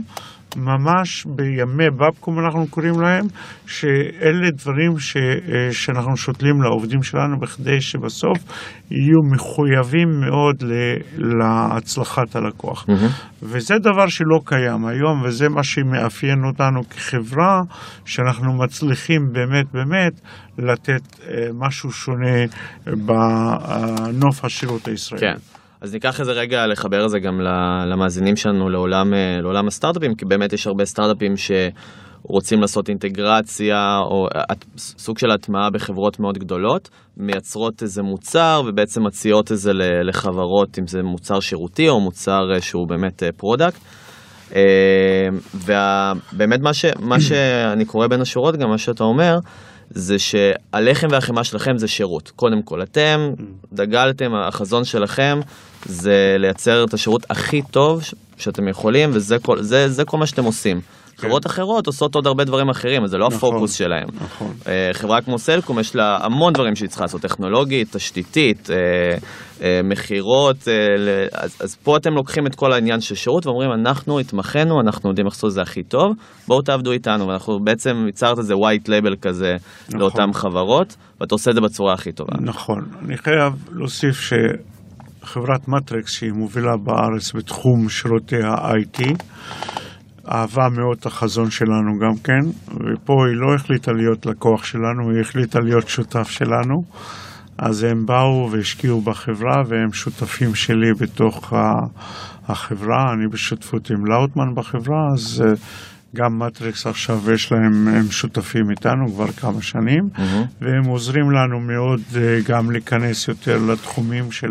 ממש בימי בבקום אנחנו קוראים להם, שאלה דברים ש, שאנחנו שותלים לעובדים שלנו בכדי שבסוף יהיו מחויבים מאוד ל, להצלחת הלקוח. Mm-hmm. וזה דבר שלא קיים היום, וזה מה שמאפיין אותנו כחברה, שאנחנו מצליחים באמת באמת לתת משהו שונה בנוף השירות הישראלי. כן. אז ניקח איזה רגע לחבר את זה גם למאזינים שלנו לעולם, לעולם הסטארט-אפים, כי באמת יש הרבה סטארט-אפים שרוצים לעשות אינטגרציה או סוג של הטמעה בחברות מאוד גדולות, מייצרות איזה מוצר ובעצם מציעות איזה לחברות, אם זה מוצר שירותי או מוצר שהוא באמת פרודקט. ובאמת מה, ש, מה שאני קורא בין השורות, גם מה שאתה אומר, זה שהלחם והחימה שלכם זה שירות. קודם כל, אתם דגלתם, החזון שלכם זה לייצר את השירות הכי טוב שאתם יכולים, וזה כל, זה, זה כל מה שאתם עושים. חברות אחרות עושות עוד הרבה דברים אחרים, אז זה לא הפוקוס שלהם. חברה כמו סלקום יש לה המון דברים שהיא צריכה לעשות, טכנולוגית, תשתיתית, מחירות, אז פה אתם לוקחים את כל העניין של שירות ואומרים, אנחנו התמחנו, אנחנו יודעים איך לעשות זה הכי טוב, בואו תעבדו איתנו, ואנחנו בעצם ייצרת איזה white label כזה לאותן חברות, ואתה עושה את זה בצורה הכי טובה. נכון, אני חייב להוסיף שחברת מטריקס שהיא מובילה בארץ בתחום שירותי ה-איי טי, אהבה מאוד את החזון שלנו גם כן, ופה היא לא החליטה להיות לקוח שלנו, היא החליטה להיות שותף שלנו, אז הם באו והשקיעו בחברה, והם שותפים שלי בתוך החברה, אני בשותפות עם לאוטמן בחברה, אז גם מטריקס עכשיו יש להם, הם שותפים איתנו כבר כמה שנים, mm-hmm. והם עוזרים לנו מאוד גם להיכנס יותר לתחומים של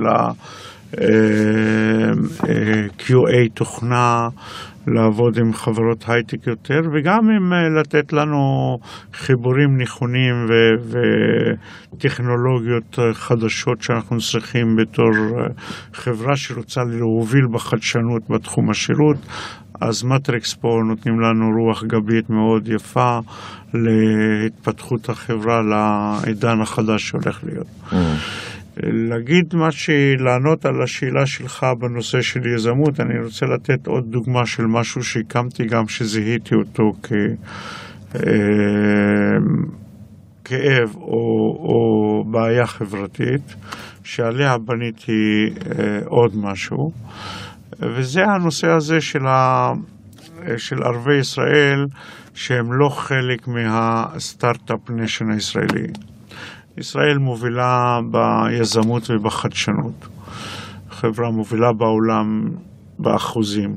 ה-קיו איי תוכנה, לעבוד עם חברות הייטק יותר, וגם עם לתת לנו חיבורים נכונים ו- וטכנולוגיות חדשות שאנחנו צריכים בתור חברה שרוצה להוביל בחדשנות בתחום השירות. אז מטריקס פה נותנים לנו רוח גבית מאוד יפה להתפתחות החברה לעידן החדש שהולך להיות. Mm. להגיד מה שלענות על השאלה שלך בנושא של יזמות, אני רוצה לתת עוד דוגמה של משהו שהקמתי גם שזיהיתי אותו כ... כאב או, או בעיה חברתית, שעליה בניתי עוד משהו, וזה הנושא הזה של, ה... של ערבי ישראל, שהם לא חלק מהסטארט-אפ ניישן הישראלי. ישראל מובילה ביזמות ובחדשנות. חברה מובילה בעולם באחוזים.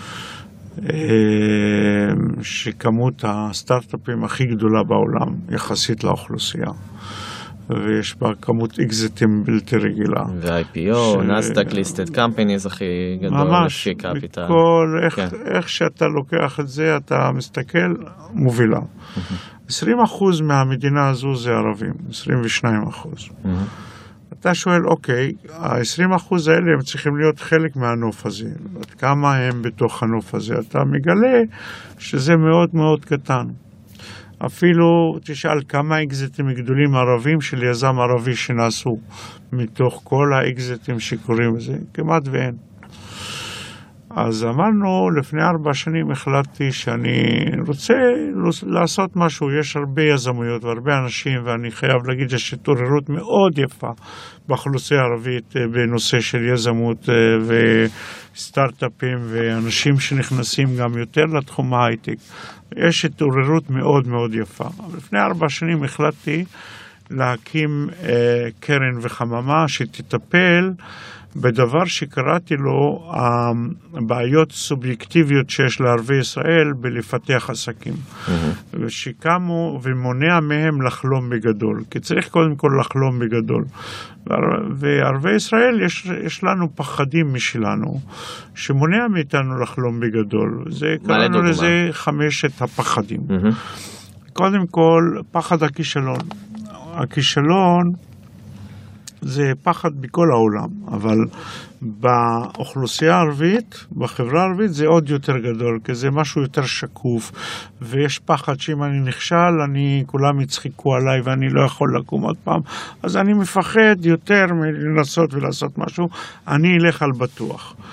שכמות הסטארט-אפים הכי גדולה בעולם יחסית לאוכלוסייה. ויש בה כמות אקזיטים בלתי רגילה. ו-איי פי או, נסדק ליסטד קמפניז הכי גדול לפי קפיטל. ממש, איך שאתה לוקח את זה, אתה מסתכל, מובילה. עשרים אחוז מהמדינה הזו זה ערבים, עשרים ושניים אחוז. אתה שואל, אוקיי, ה-עשרים אחוז האלה הם צריכים להיות חלק מהנוף הזה. עד כמה הם בתוך הנוף הזה? אתה מגלה שזה מאוד מאוד קטן. אפילו תשאל כמה אקזיטים גדולים ערבים של יזם ערבי שנעשו מתוך כל האקזיטים שקוראים לזה, כמעט ואין. אז אמרנו, לפני ארבע שנים החלטתי שאני רוצה לעשות משהו, יש הרבה יזמויות והרבה אנשים, ואני חייב להגיד שיש התעוררות מאוד יפה באוכלוסייה הערבית בנושא של יזמות וסטארט-אפים ואנשים שנכנסים גם יותר לתחום ההייטק. יש התעוררות מאוד מאוד יפה. לפני ארבע שנים החלטתי להקים אה, קרן וחממה שתטפל בדבר שקראתי לו הבעיות סובייקטיביות שיש לערבי ישראל בלפתח עסקים. Mm-hmm. ושקמו ומונע מהם לחלום בגדול, כי צריך קודם כל לחלום בגדול. וערבי ישראל יש, יש לנו פחדים משלנו, שמונע מאיתנו לחלום בגדול. זה קראנו לזה חמשת הפחדים. Mm-hmm. קודם כל, פחד הכישלון. הכישלון זה פחד בכל העולם, אבל באוכלוסייה הערבית, בחברה הערבית זה עוד יותר גדול, כי זה משהו יותר שקוף, ויש פחד שאם אני נכשל, אני, כולם יצחקו עליי ואני לא יכול לקום עוד פעם, אז אני מפחד יותר מלנסות ולעשות משהו, אני אלך על בטוח.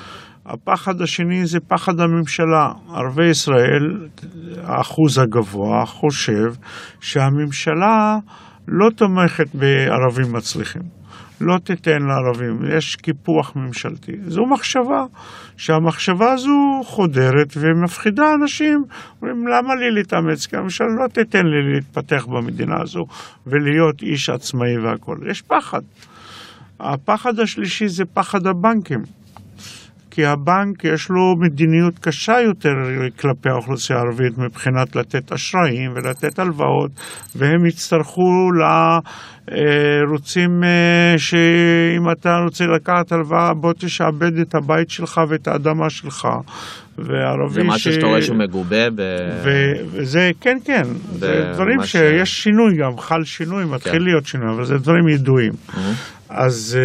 הפחד השני זה פחד הממשלה. ערבי ישראל, האחוז הגבוה, חושב שהממשלה לא תומכת בערבים מצליחים. לא תיתן לערבים, יש קיפוח ממשלתי. זו מחשבה, שהמחשבה הזו חודרת ומפחידה אנשים. אומרים, למה לי להתאמץ? כי הממשלה לא תיתן לי להתפתח במדינה הזו ולהיות איש עצמאי והכל. יש פחד. הפחד השלישי זה פחד הבנקים. כי הבנק יש לו מדיניות קשה יותר כלפי האוכלוסייה הערבית מבחינת לתת אשראים ולתת הלוואות, והם יצטרכו לרוצים שאם אתה רוצה לקחת הלוואה, בוא תשעבד את הבית שלך ואת האדמה שלך. זה משהו שאתה רואה שהוא מגובה ב... וזה, כן, כן, זה דברים שיש שינוי גם, חל שינוי, מתחיל להיות שינוי, אבל זה דברים ידועים. אז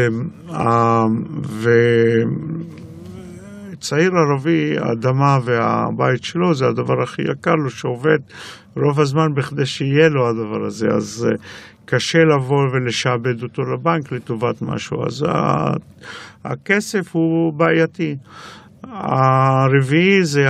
ו... צעיר ערבי, האדמה והבית שלו זה הדבר הכי יקר לו, שעובד רוב הזמן בכדי שיהיה לו הדבר הזה, אז קשה לבוא ולשעבד אותו לבנק לטובת משהו, אז הכסף הוא בעייתי. הרביעי זה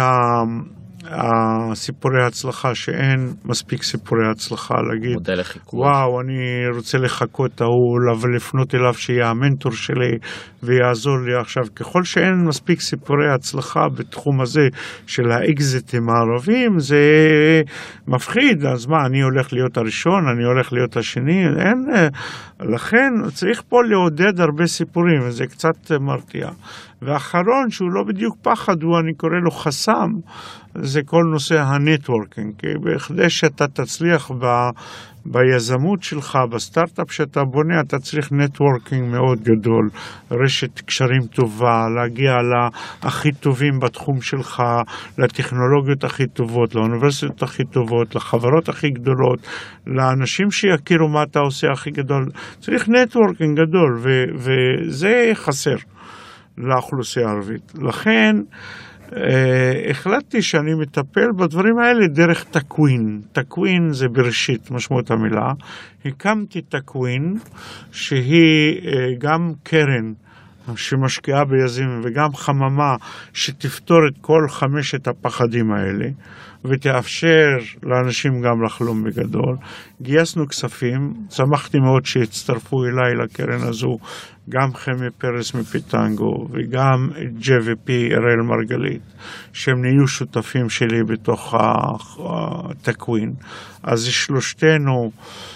הסיפורי ההצלחה, שאין מספיק סיפורי הצלחה להגיד, וואו, אני רוצה לחכות את ההוא ולפנות אליו שיהיה המנטור שלי ויעזור לי עכשיו. ככל שאין מספיק סיפורי הצלחה בתחום הזה של האקזיטים הערבים, זה מפחיד. אז מה, אני הולך להיות הראשון, אני הולך להיות השני? אין. לכן צריך פה לעודד הרבה סיפורים, וזה קצת מרתיע. ואחרון, שהוא לא בדיוק פחד, הוא, אני קורא לו חסם, זה כל נושא הנטוורקינג. כי בכדי שאתה תצליח ב, ביזמות שלך, בסטארט-אפ שאתה בונה, אתה צריך נטוורקינג מאוד גדול, רשת קשרים טובה, להגיע להכי טובים בתחום שלך, לטכנולוגיות הכי טובות, לאוניברסיטות הכי טובות, לחברות הכי גדולות, לאנשים שיכירו מה אתה עושה הכי גדול. צריך נטוורקינג גדול, ו, וזה חסר לאוכלוסייה הערבית. לכן אה, החלטתי שאני מטפל בדברים האלה דרך תקווין. תקווין זה בראשית משמעות המילה. הקמתי תקווין שהיא אה, גם קרן שמשקיעה ביזמים וגם חממה שתפתור את כל חמשת הפחדים האלה ותאפשר לאנשים גם לחלום בגדול. גייסנו כספים, שמחתי מאוד שהצטרפו אליי לקרן הזו גם חמי פרס מפיטנגו וגם ג'י וי פי אראל מרגלית, שהם נהיו שותפים שלי בתוך התקווין. אז שלושתנו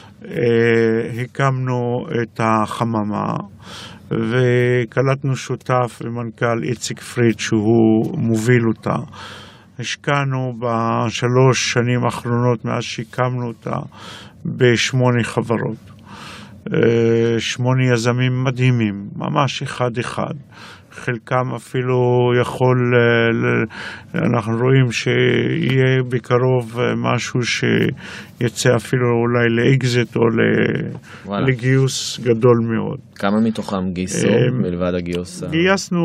אה, הקמנו את החממה וקלטנו שותף ומנכ"ל איציק פריד שהוא מוביל אותה. השקענו בשלוש שנים האחרונות מאז שהקמנו אותה בשמונה חברות. שמונה יזמים מדהימים, ממש אחד אחד. חלקם אפילו יכול, אנחנו רואים שיהיה בקרוב משהו שיצא אפילו אולי לאקזיט או לגיוס גדול מאוד. כמה מתוכם גייסו מלבד הגיוס? גייסנו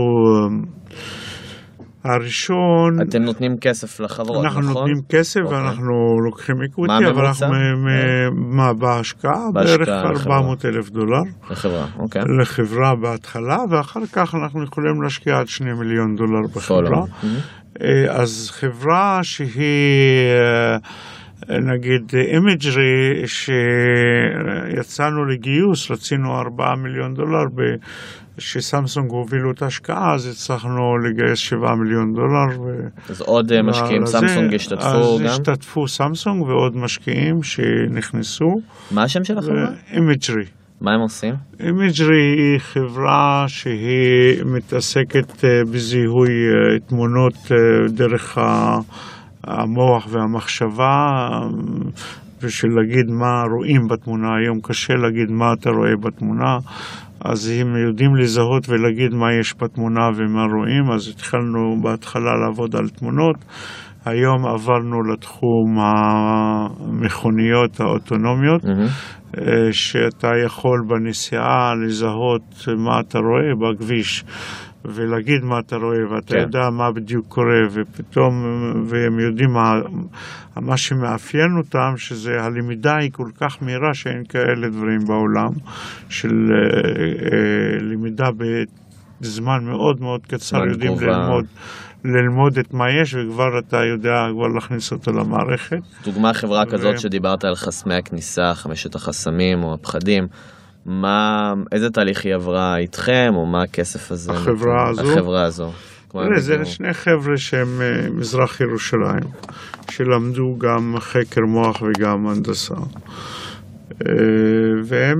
הראשון... אתם נותנים כסף לחברות, אנחנו נכון? אנחנו נותנים כסף okay. ואנחנו לוקחים אקוויטי, אבל אנחנו... מה, בהשקעה? בערך ארבע מאות אלף דולר. לחברה, אוקיי. Okay. לחברה בהתחלה, ואחר כך אנחנו יכולים להשקיע עד שני מיליון דולר בחברה. Mm-hmm. אז חברה שהיא... נגיד אימג'רי, שיצאנו לגיוס, רצינו ארבעה מיליון דולר, שסמסונג הובילו את ההשקעה, אז הצלחנו לגייס שבעה מיליון דולר. אז עוד משקיעים, סמסונג השתתפו אז גם? אז השתתפו סמסונג ועוד משקיעים שנכנסו. מה השם של החברה? אימג'רי. מה הם עושים? אימג'רי היא חברה שהיא מתעסקת בזיהוי תמונות דרך ה... המוח והמחשבה, ושל להגיד מה רואים בתמונה. היום קשה להגיד מה אתה רואה בתמונה, אז אם יודעים לזהות ולהגיד מה יש בתמונה ומה רואים, אז התחלנו בהתחלה לעבוד על תמונות. היום עברנו לתחום המכוניות האוטונומיות, mm-hmm. שאתה יכול בנסיעה לזהות מה אתה רואה בכביש, ולהגיד מה אתה רואה, ואתה כן. יודע מה בדיוק קורה, ופתאום, והם יודעים מה, מה שמאפיין אותם, שזה הלמידה היא כל כך מהירה שאין כאלה דברים בעולם, של אה, אה, למידה זמן מאוד מאוד קצר יודעים ללמוד, ללמוד את מה יש, וכבר אתה יודע כבר להכניס אותו למערכת. דוגמה חברה ו... כזאת שדיברת על חסמי הכניסה, חמשת החסמים או הפחדים, מה, איזה תהליך היא עברה איתכם, או מה הכסף הזה? החברה הזו? החברה הזו. זה שני חבר'ה שהם מזרח ירושלים, שלמדו גם חקר מוח וגם הנדסה. והם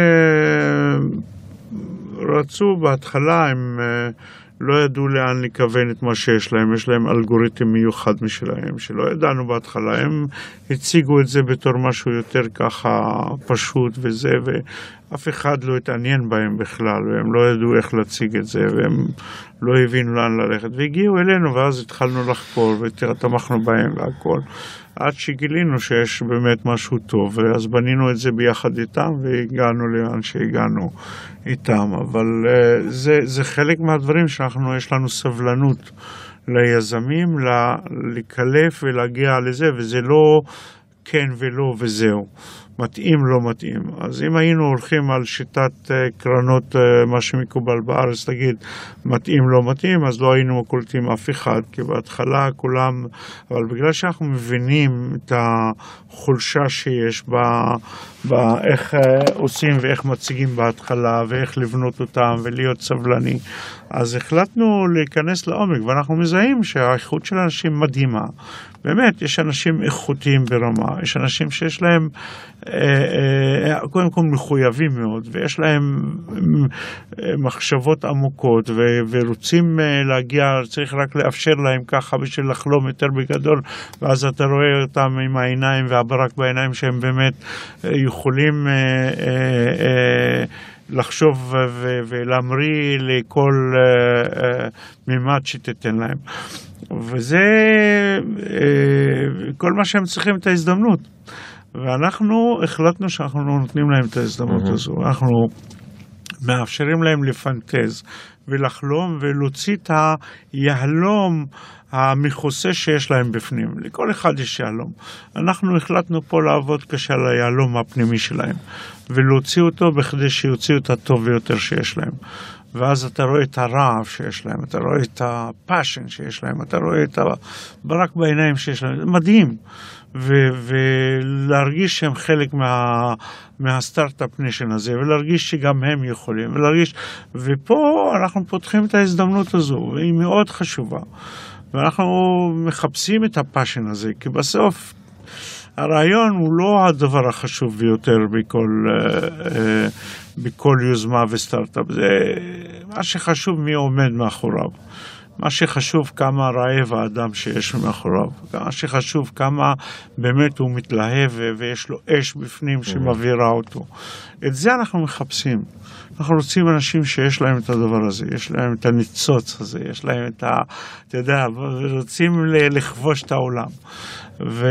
רצו בהתחלה, הם לא ידעו לאן לכוון את מה שיש להם, יש להם אלגוריתם מיוחד משלהם, שלא ידענו בהתחלה, הם הציגו את זה בתור משהו יותר ככה פשוט וזה, ואף אחד לא התעניין בהם בכלל, והם לא ידעו איך להציג את זה, והם לא הבינו לאן ללכת, והגיעו אלינו, ואז התחלנו לחקור, ותמכנו בהם והכל, עד שגילינו שיש באמת משהו טוב, ואז בנינו את זה ביחד איתם, והגענו לאן שהגענו איתם, אבל זה, זה חלק מהדברים שאנחנו, יש לנו סבלנות ליזמים, לקלף ולהגיע לזה, וזה לא כן ולא וזהו. מתאים, לא מתאים. אז אם היינו הולכים על שיטת קרנות, מה שמקובל בארץ, תגיד, מתאים, לא מתאים, אז לא היינו קולטים אף אחד, כי בהתחלה כולם, אבל בגלל שאנחנו מבינים את החולשה שיש בה, באיך עושים ואיך מציגים בהתחלה, ואיך לבנות אותם ולהיות סבלני, אז החלטנו להיכנס לעומק, ואנחנו מזהים שהאיכות של אנשים מדהימה. באמת, יש אנשים איכותיים ברמה, יש אנשים שיש להם, קודם כל מחויבים מאוד, ויש להם מחשבות עמוקות, ורוצים להגיע, צריך רק לאפשר להם ככה בשביל לחלום יותר בגדול, ואז אתה רואה אותם עם העיניים והברק בעיניים שהם באמת יכולים לחשוב ולהמריא לכל מימד שתתן להם. וזה כל מה שהם צריכים את ההזדמנות. ואנחנו החלטנו שאנחנו לא נותנים להם את ההזדמנות הזו. אנחנו מאפשרים להם לפנטז ולחלום ולהוציא את היהלום המכוסה שיש להם בפנים. לכל אחד יש יהלום. אנחנו החלטנו פה לעבוד קשה על היהלום הפנימי שלהם, ולהוציא אותו בכדי שיוציאו את הטוב ביותר שיש להם. ואז אתה רואה את הרעב שיש להם, אתה רואה את הפאשן שיש להם, אתה רואה את הברק בעיניים שיש להם. זה מדהים. ו- ולהרגיש שהם חלק מה, מהסטארט-אפ ניישן הזה, ולהרגיש שגם הם יכולים, ולהרגיש, ופה אנחנו פותחים את ההזדמנות הזו, והיא מאוד חשובה. ואנחנו מחפשים את הפאשן הזה, כי בסוף הרעיון הוא לא הדבר החשוב ביותר בכל, בכל יוזמה וסטארט-אפ. זה מה שחשוב מי עומד מאחוריו. מה שחשוב כמה רעב האדם שיש מאחוריו. מה שחשוב כמה באמת הוא מתלהב ויש לו אש בפנים שמעבירה אותו. את זה אנחנו מחפשים. אנחנו רוצים אנשים שיש להם את הדבר הזה, יש להם את הניצוץ הזה, יש להם את ה... אתה יודע, רוצים לכבוש את העולם. ו...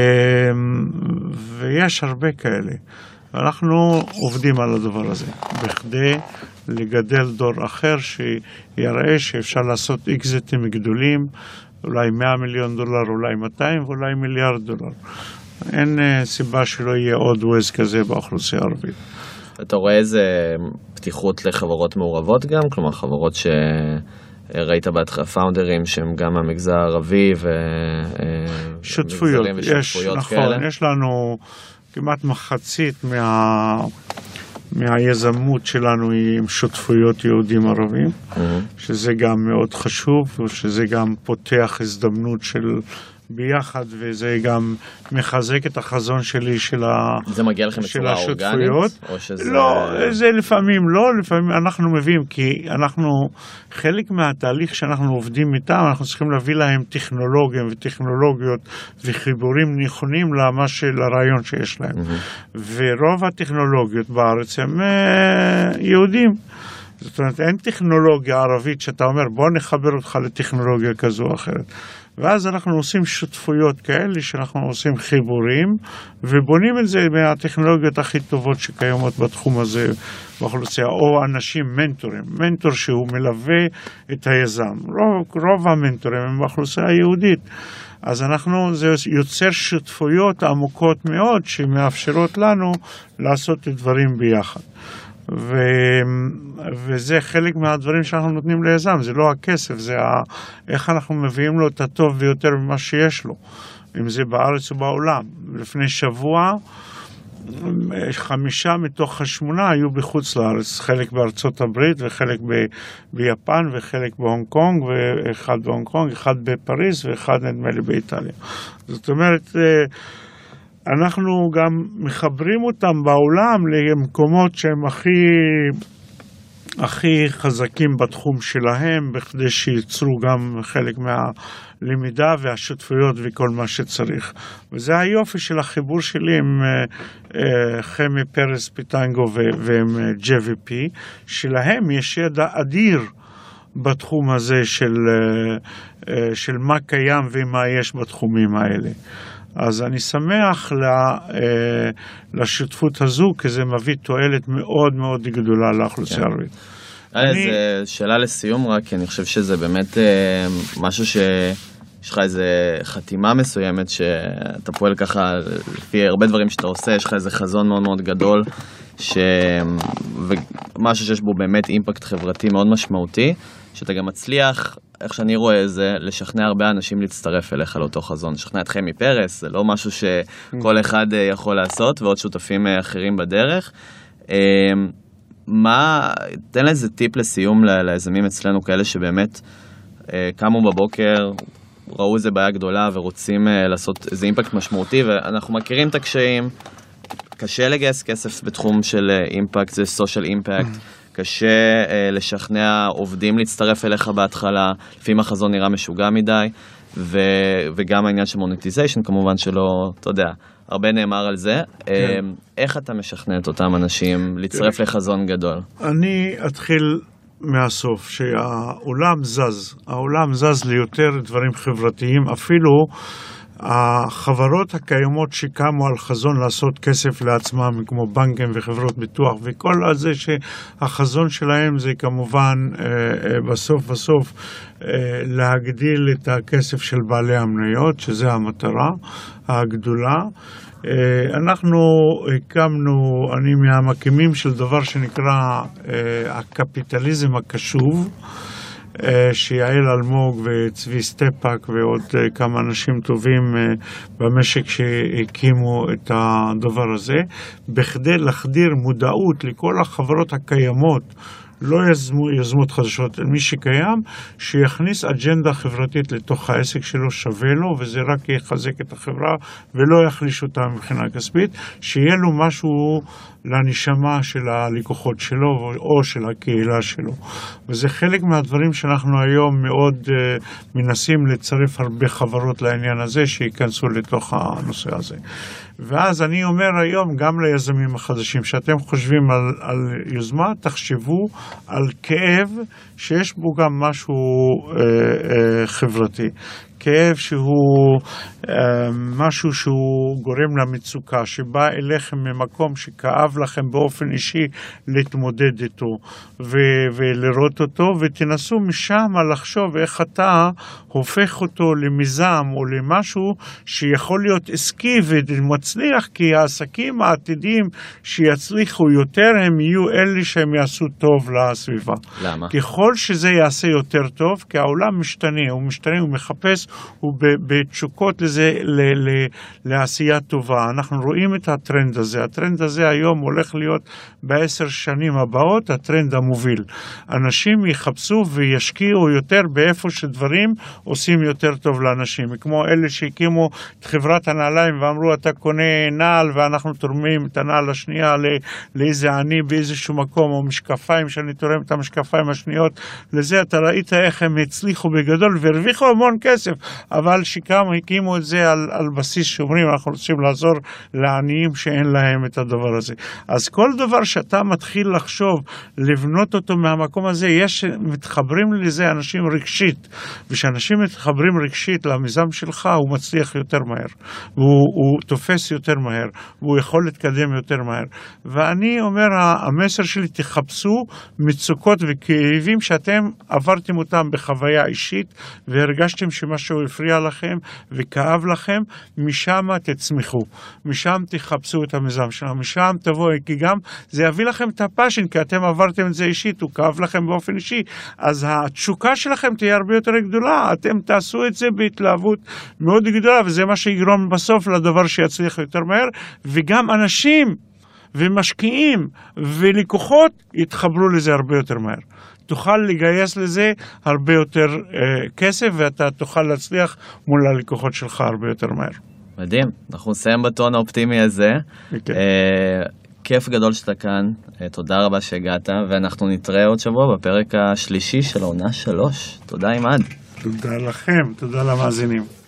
ויש הרבה כאלה. ואנחנו עובדים על הדבר הזה, בכדי לגדל דור אחר שיראה שאפשר לעשות אקזיטים גדולים, אולי מאה מיליון דולר, אולי מאתיים ואולי מיליארד דולר. אין סיבה שלא יהיה עוד וויז כזה באוכלוסייה הערבית. אתה רואה איזה פתיחות לחברות מעורבות גם? כלומר, חברות שראית בהתחלה, פאונדרים שהם גם מהמגזר הערבי ו... שותפויות, יש, נכון, כאלה? יש לנו כמעט מחצית מה... מהיזמות שלנו היא עם שותפויות יהודים ערבים, mm-hmm. שזה גם מאוד חשוב, ושזה גם פותח הזדמנות של ביחד, וזה גם מחזק את החזון שלי של השותפויות. זה מגיע לכם בצורה אורגנית? או שזה... לא, זה לפעמים לא, לפעמים אנחנו מביאים, כי אנחנו, חלק מהתהליך שאנחנו עובדים איתם, אנחנו צריכים להביא להם טכנולוגיה וטכנולוגיות וחיבורים נכונים למה של הרעיון שיש להם. Mm-hmm. ורוב הטכנולוגיות בארץ הם יהודים. זאת אומרת, אין טכנולוגיה ערבית שאתה אומר, בוא נחבר אותך לטכנולוגיה כזו או אחרת. ואז אנחנו עושים שותפויות כאלה, שאנחנו עושים חיבורים, ובונים את זה מהטכנולוגיות הכי טובות שקיימות בתחום הזה באוכלוסייה, או אנשים מנטורים, מנטור שהוא מלווה את היזם. רוב, רוב המנטורים הם באוכלוסייה היהודית. אז אנחנו, זה יוצר שותפויות עמוקות מאוד, שמאפשרות לנו לעשות את דברים ביחד. ו... וזה חלק מהדברים שאנחנו נותנים ליזם, זה לא הכסף, זה ה... איך אנחנו מביאים לו את הטוב ביותר ממה שיש לו, אם זה בארץ או בעולם. לפני שבוע, חמישה מתוך השמונה היו בחוץ לארץ, חלק בארצות הברית וחלק ב... ביפן וחלק בהונג קונג, ואחד בהונג קונג, אחד בפריז ואחד נדמה לי באיטליה. זאת אומרת, אנחנו גם מחברים אותם בעולם למקומות שהם הכי, הכי חזקים בתחום שלהם, בכדי שיצרו גם חלק מהלמידה והשותפויות וכל מה שצריך. וזה היופי של החיבור שלי עם חמי פרס פיטנגו ועם ג'י וי פי, שלהם יש ידע אדיר בתחום הזה של, של מה קיים ומה יש בתחומים האלה. אז אני שמח לשותפות הזו, כי זה מביא תועלת מאוד מאוד גדולה לאוכלוסייה הערבית. אני... שאלה לסיום רק, כי אני חושב שזה באמת משהו שיש לך איזו חתימה מסוימת, שאתה פועל ככה, לפי הרבה דברים שאתה עושה, יש לך איזה חזון מאוד מאוד גדול, ש... ומשהו שיש בו באמת אימפקט חברתי מאוד משמעותי, שאתה גם מצליח, איך שאני רואה זה, לשכנע הרבה אנשים להצטרף אליך לאותו חזון. לשכנע את חמי פרס, זה לא משהו שכל אחד יכול לעשות, ועוד שותפים אחרים בדרך. מה, תן איזה טיפ לסיום ליזמים אצלנו, כאלה שבאמת קמו בבוקר, ראו איזה בעיה גדולה ורוצים לעשות איזה אימפקט משמעותי, ואנחנו מכירים את הקשיים, קשה לגייס כסף בתחום של אימפקט, זה סושיאל אימפקט, קשה אה, לשכנע עובדים להצטרף אליך בהתחלה, לפעמים החזון נראה משוגע מדי, ו, וגם העניין של מוניטיזיישן, כמובן שלא, אתה יודע, הרבה נאמר על זה. כן. אה, איך אתה משכנע את אותם אנשים להצטרף כן. לחזון גדול? אני אתחיל מהסוף, שהעולם זז, העולם זז ליותר דברים חברתיים, אפילו החברות הקיימות שקמו על חזון לעשות כסף לעצמם, כמו בנקים וחברות ביטוח, וכל הזה שהחזון שלהם זה כמובן בסוף בסוף להגדיל את הכסף של בעלי המניות, שזה המטרה הגדולה. אנחנו הקמנו, אני מהמקימים של דבר שנקרא הקפיטליזם הקשוב, שיעל אלמוג וצבי סטפק ועוד כמה אנשים טובים במשק שהקימו את הדבר הזה, בכדי להחדיר מודעות לכל החברות הקיימות, לא יזמו, יזמות חדשות, מי שקיים, שיכניס אג'נדה חברתית לתוך העסק שלו, שווה לו, וזה רק יחזק את החברה ולא יחליש אותה מבחינה כספית, שיהיה לו משהו לנשמה של הלקוחות שלו או של הקהילה שלו. וזה חלק מהדברים שאנחנו היום מאוד uh, מנסים לצרף הרבה חברות לעניין הזה, שיכנסו לתוך הנושא הזה. ואז אני אומר היום גם ליזמים החדשים, שאתם חושבים על, על יוזמה, תחשבו על כאב שיש בו גם משהו אה, אה, חברתי. כאב שהוא אה, משהו שהוא גורם למצוקה, שבא אליכם ממקום שכאב לכם באופן אישי להתמודד איתו ו- ולראות אותו, ותנסו משם לחשוב איך אתה הופך אותו למיזם או למשהו שיכול להיות עסקי ומצליח, כי העסקים העתידיים שיצליחו יותר הם יהיו אלה שהם יעשו טוב לסביבה. למה? ככל שזה יעשה יותר טוב, כי העולם משתנה, הוא משתנה, הוא מחפש, הוא בתשוקות לזה, ל- ל- לעשייה טובה. אנחנו רואים את הטרנד הזה. הטרנד הזה היום הולך להיות בעשר שנים הבאות, הטרנד המוביל. אנשים יחפשו וישקיעו יותר באיפה שדברים עושים יותר טוב לאנשים. כמו אלה שהקימו את חברת הנעליים ואמרו, אתה קונה נעל ואנחנו תורמים את הנעל השנייה לאיזה עני באיזשהו מקום, או משקפיים שאני תורם את המשקפיים השניות לזה. אתה ראית איך הם הצליחו בגדול והרוויחו המון כסף, אבל שכמה הקימו את זה על, על בסיס שאומרים, אנחנו רוצים לעזור לעניים שאין להם את הדבר הזה. אז כל דבר שאתה מתחיל לחשוב, לבנות אותו מהמקום הזה, יש, מתחברים לזה אנשים רגשית, ושאנשים מתחברים רגשית למיזם שלך, הוא מצליח יותר מהר, והוא הוא תופס יותר מהר, והוא יכול להתקדם יותר מהר. ואני אומר, המסר שלי, תחפשו מצוקות וכאבים שאתם עברתם אותם בחוויה אישית, והרגשתם שמה משהו הפריע לכם וכאב לכם, משם תצמחו, משם תחפשו את המיזם שלנו, משם תבואו, כי גם זה יביא לכם את הפאשן, כי אתם עברתם את זה אישית, הוא כאב לכם באופן אישי, אז התשוקה שלכם תהיה הרבה יותר גדולה, אתם תעשו את זה בהתלהבות מאוד גדולה, וזה מה שיגרום בסוף לדבר שיצליח יותר מהר, וגם אנשים ומשקיעים ולקוחות יתחברו לזה הרבה יותר מהר. תוכל לגייס לזה הרבה יותר אה, כסף, ואתה תוכל להצליח מול הלקוחות שלך הרבה יותר מהר. מדהים, אנחנו נסיים בטון האופטימי הזה. Okay. אה, כיף גדול שאתה כאן, אה, תודה רבה שהגעת, ואנחנו נתראה עוד שבוע בפרק השלישי של העונה שלוש. תודה עימאד. תודה לכם, תודה למאזינים.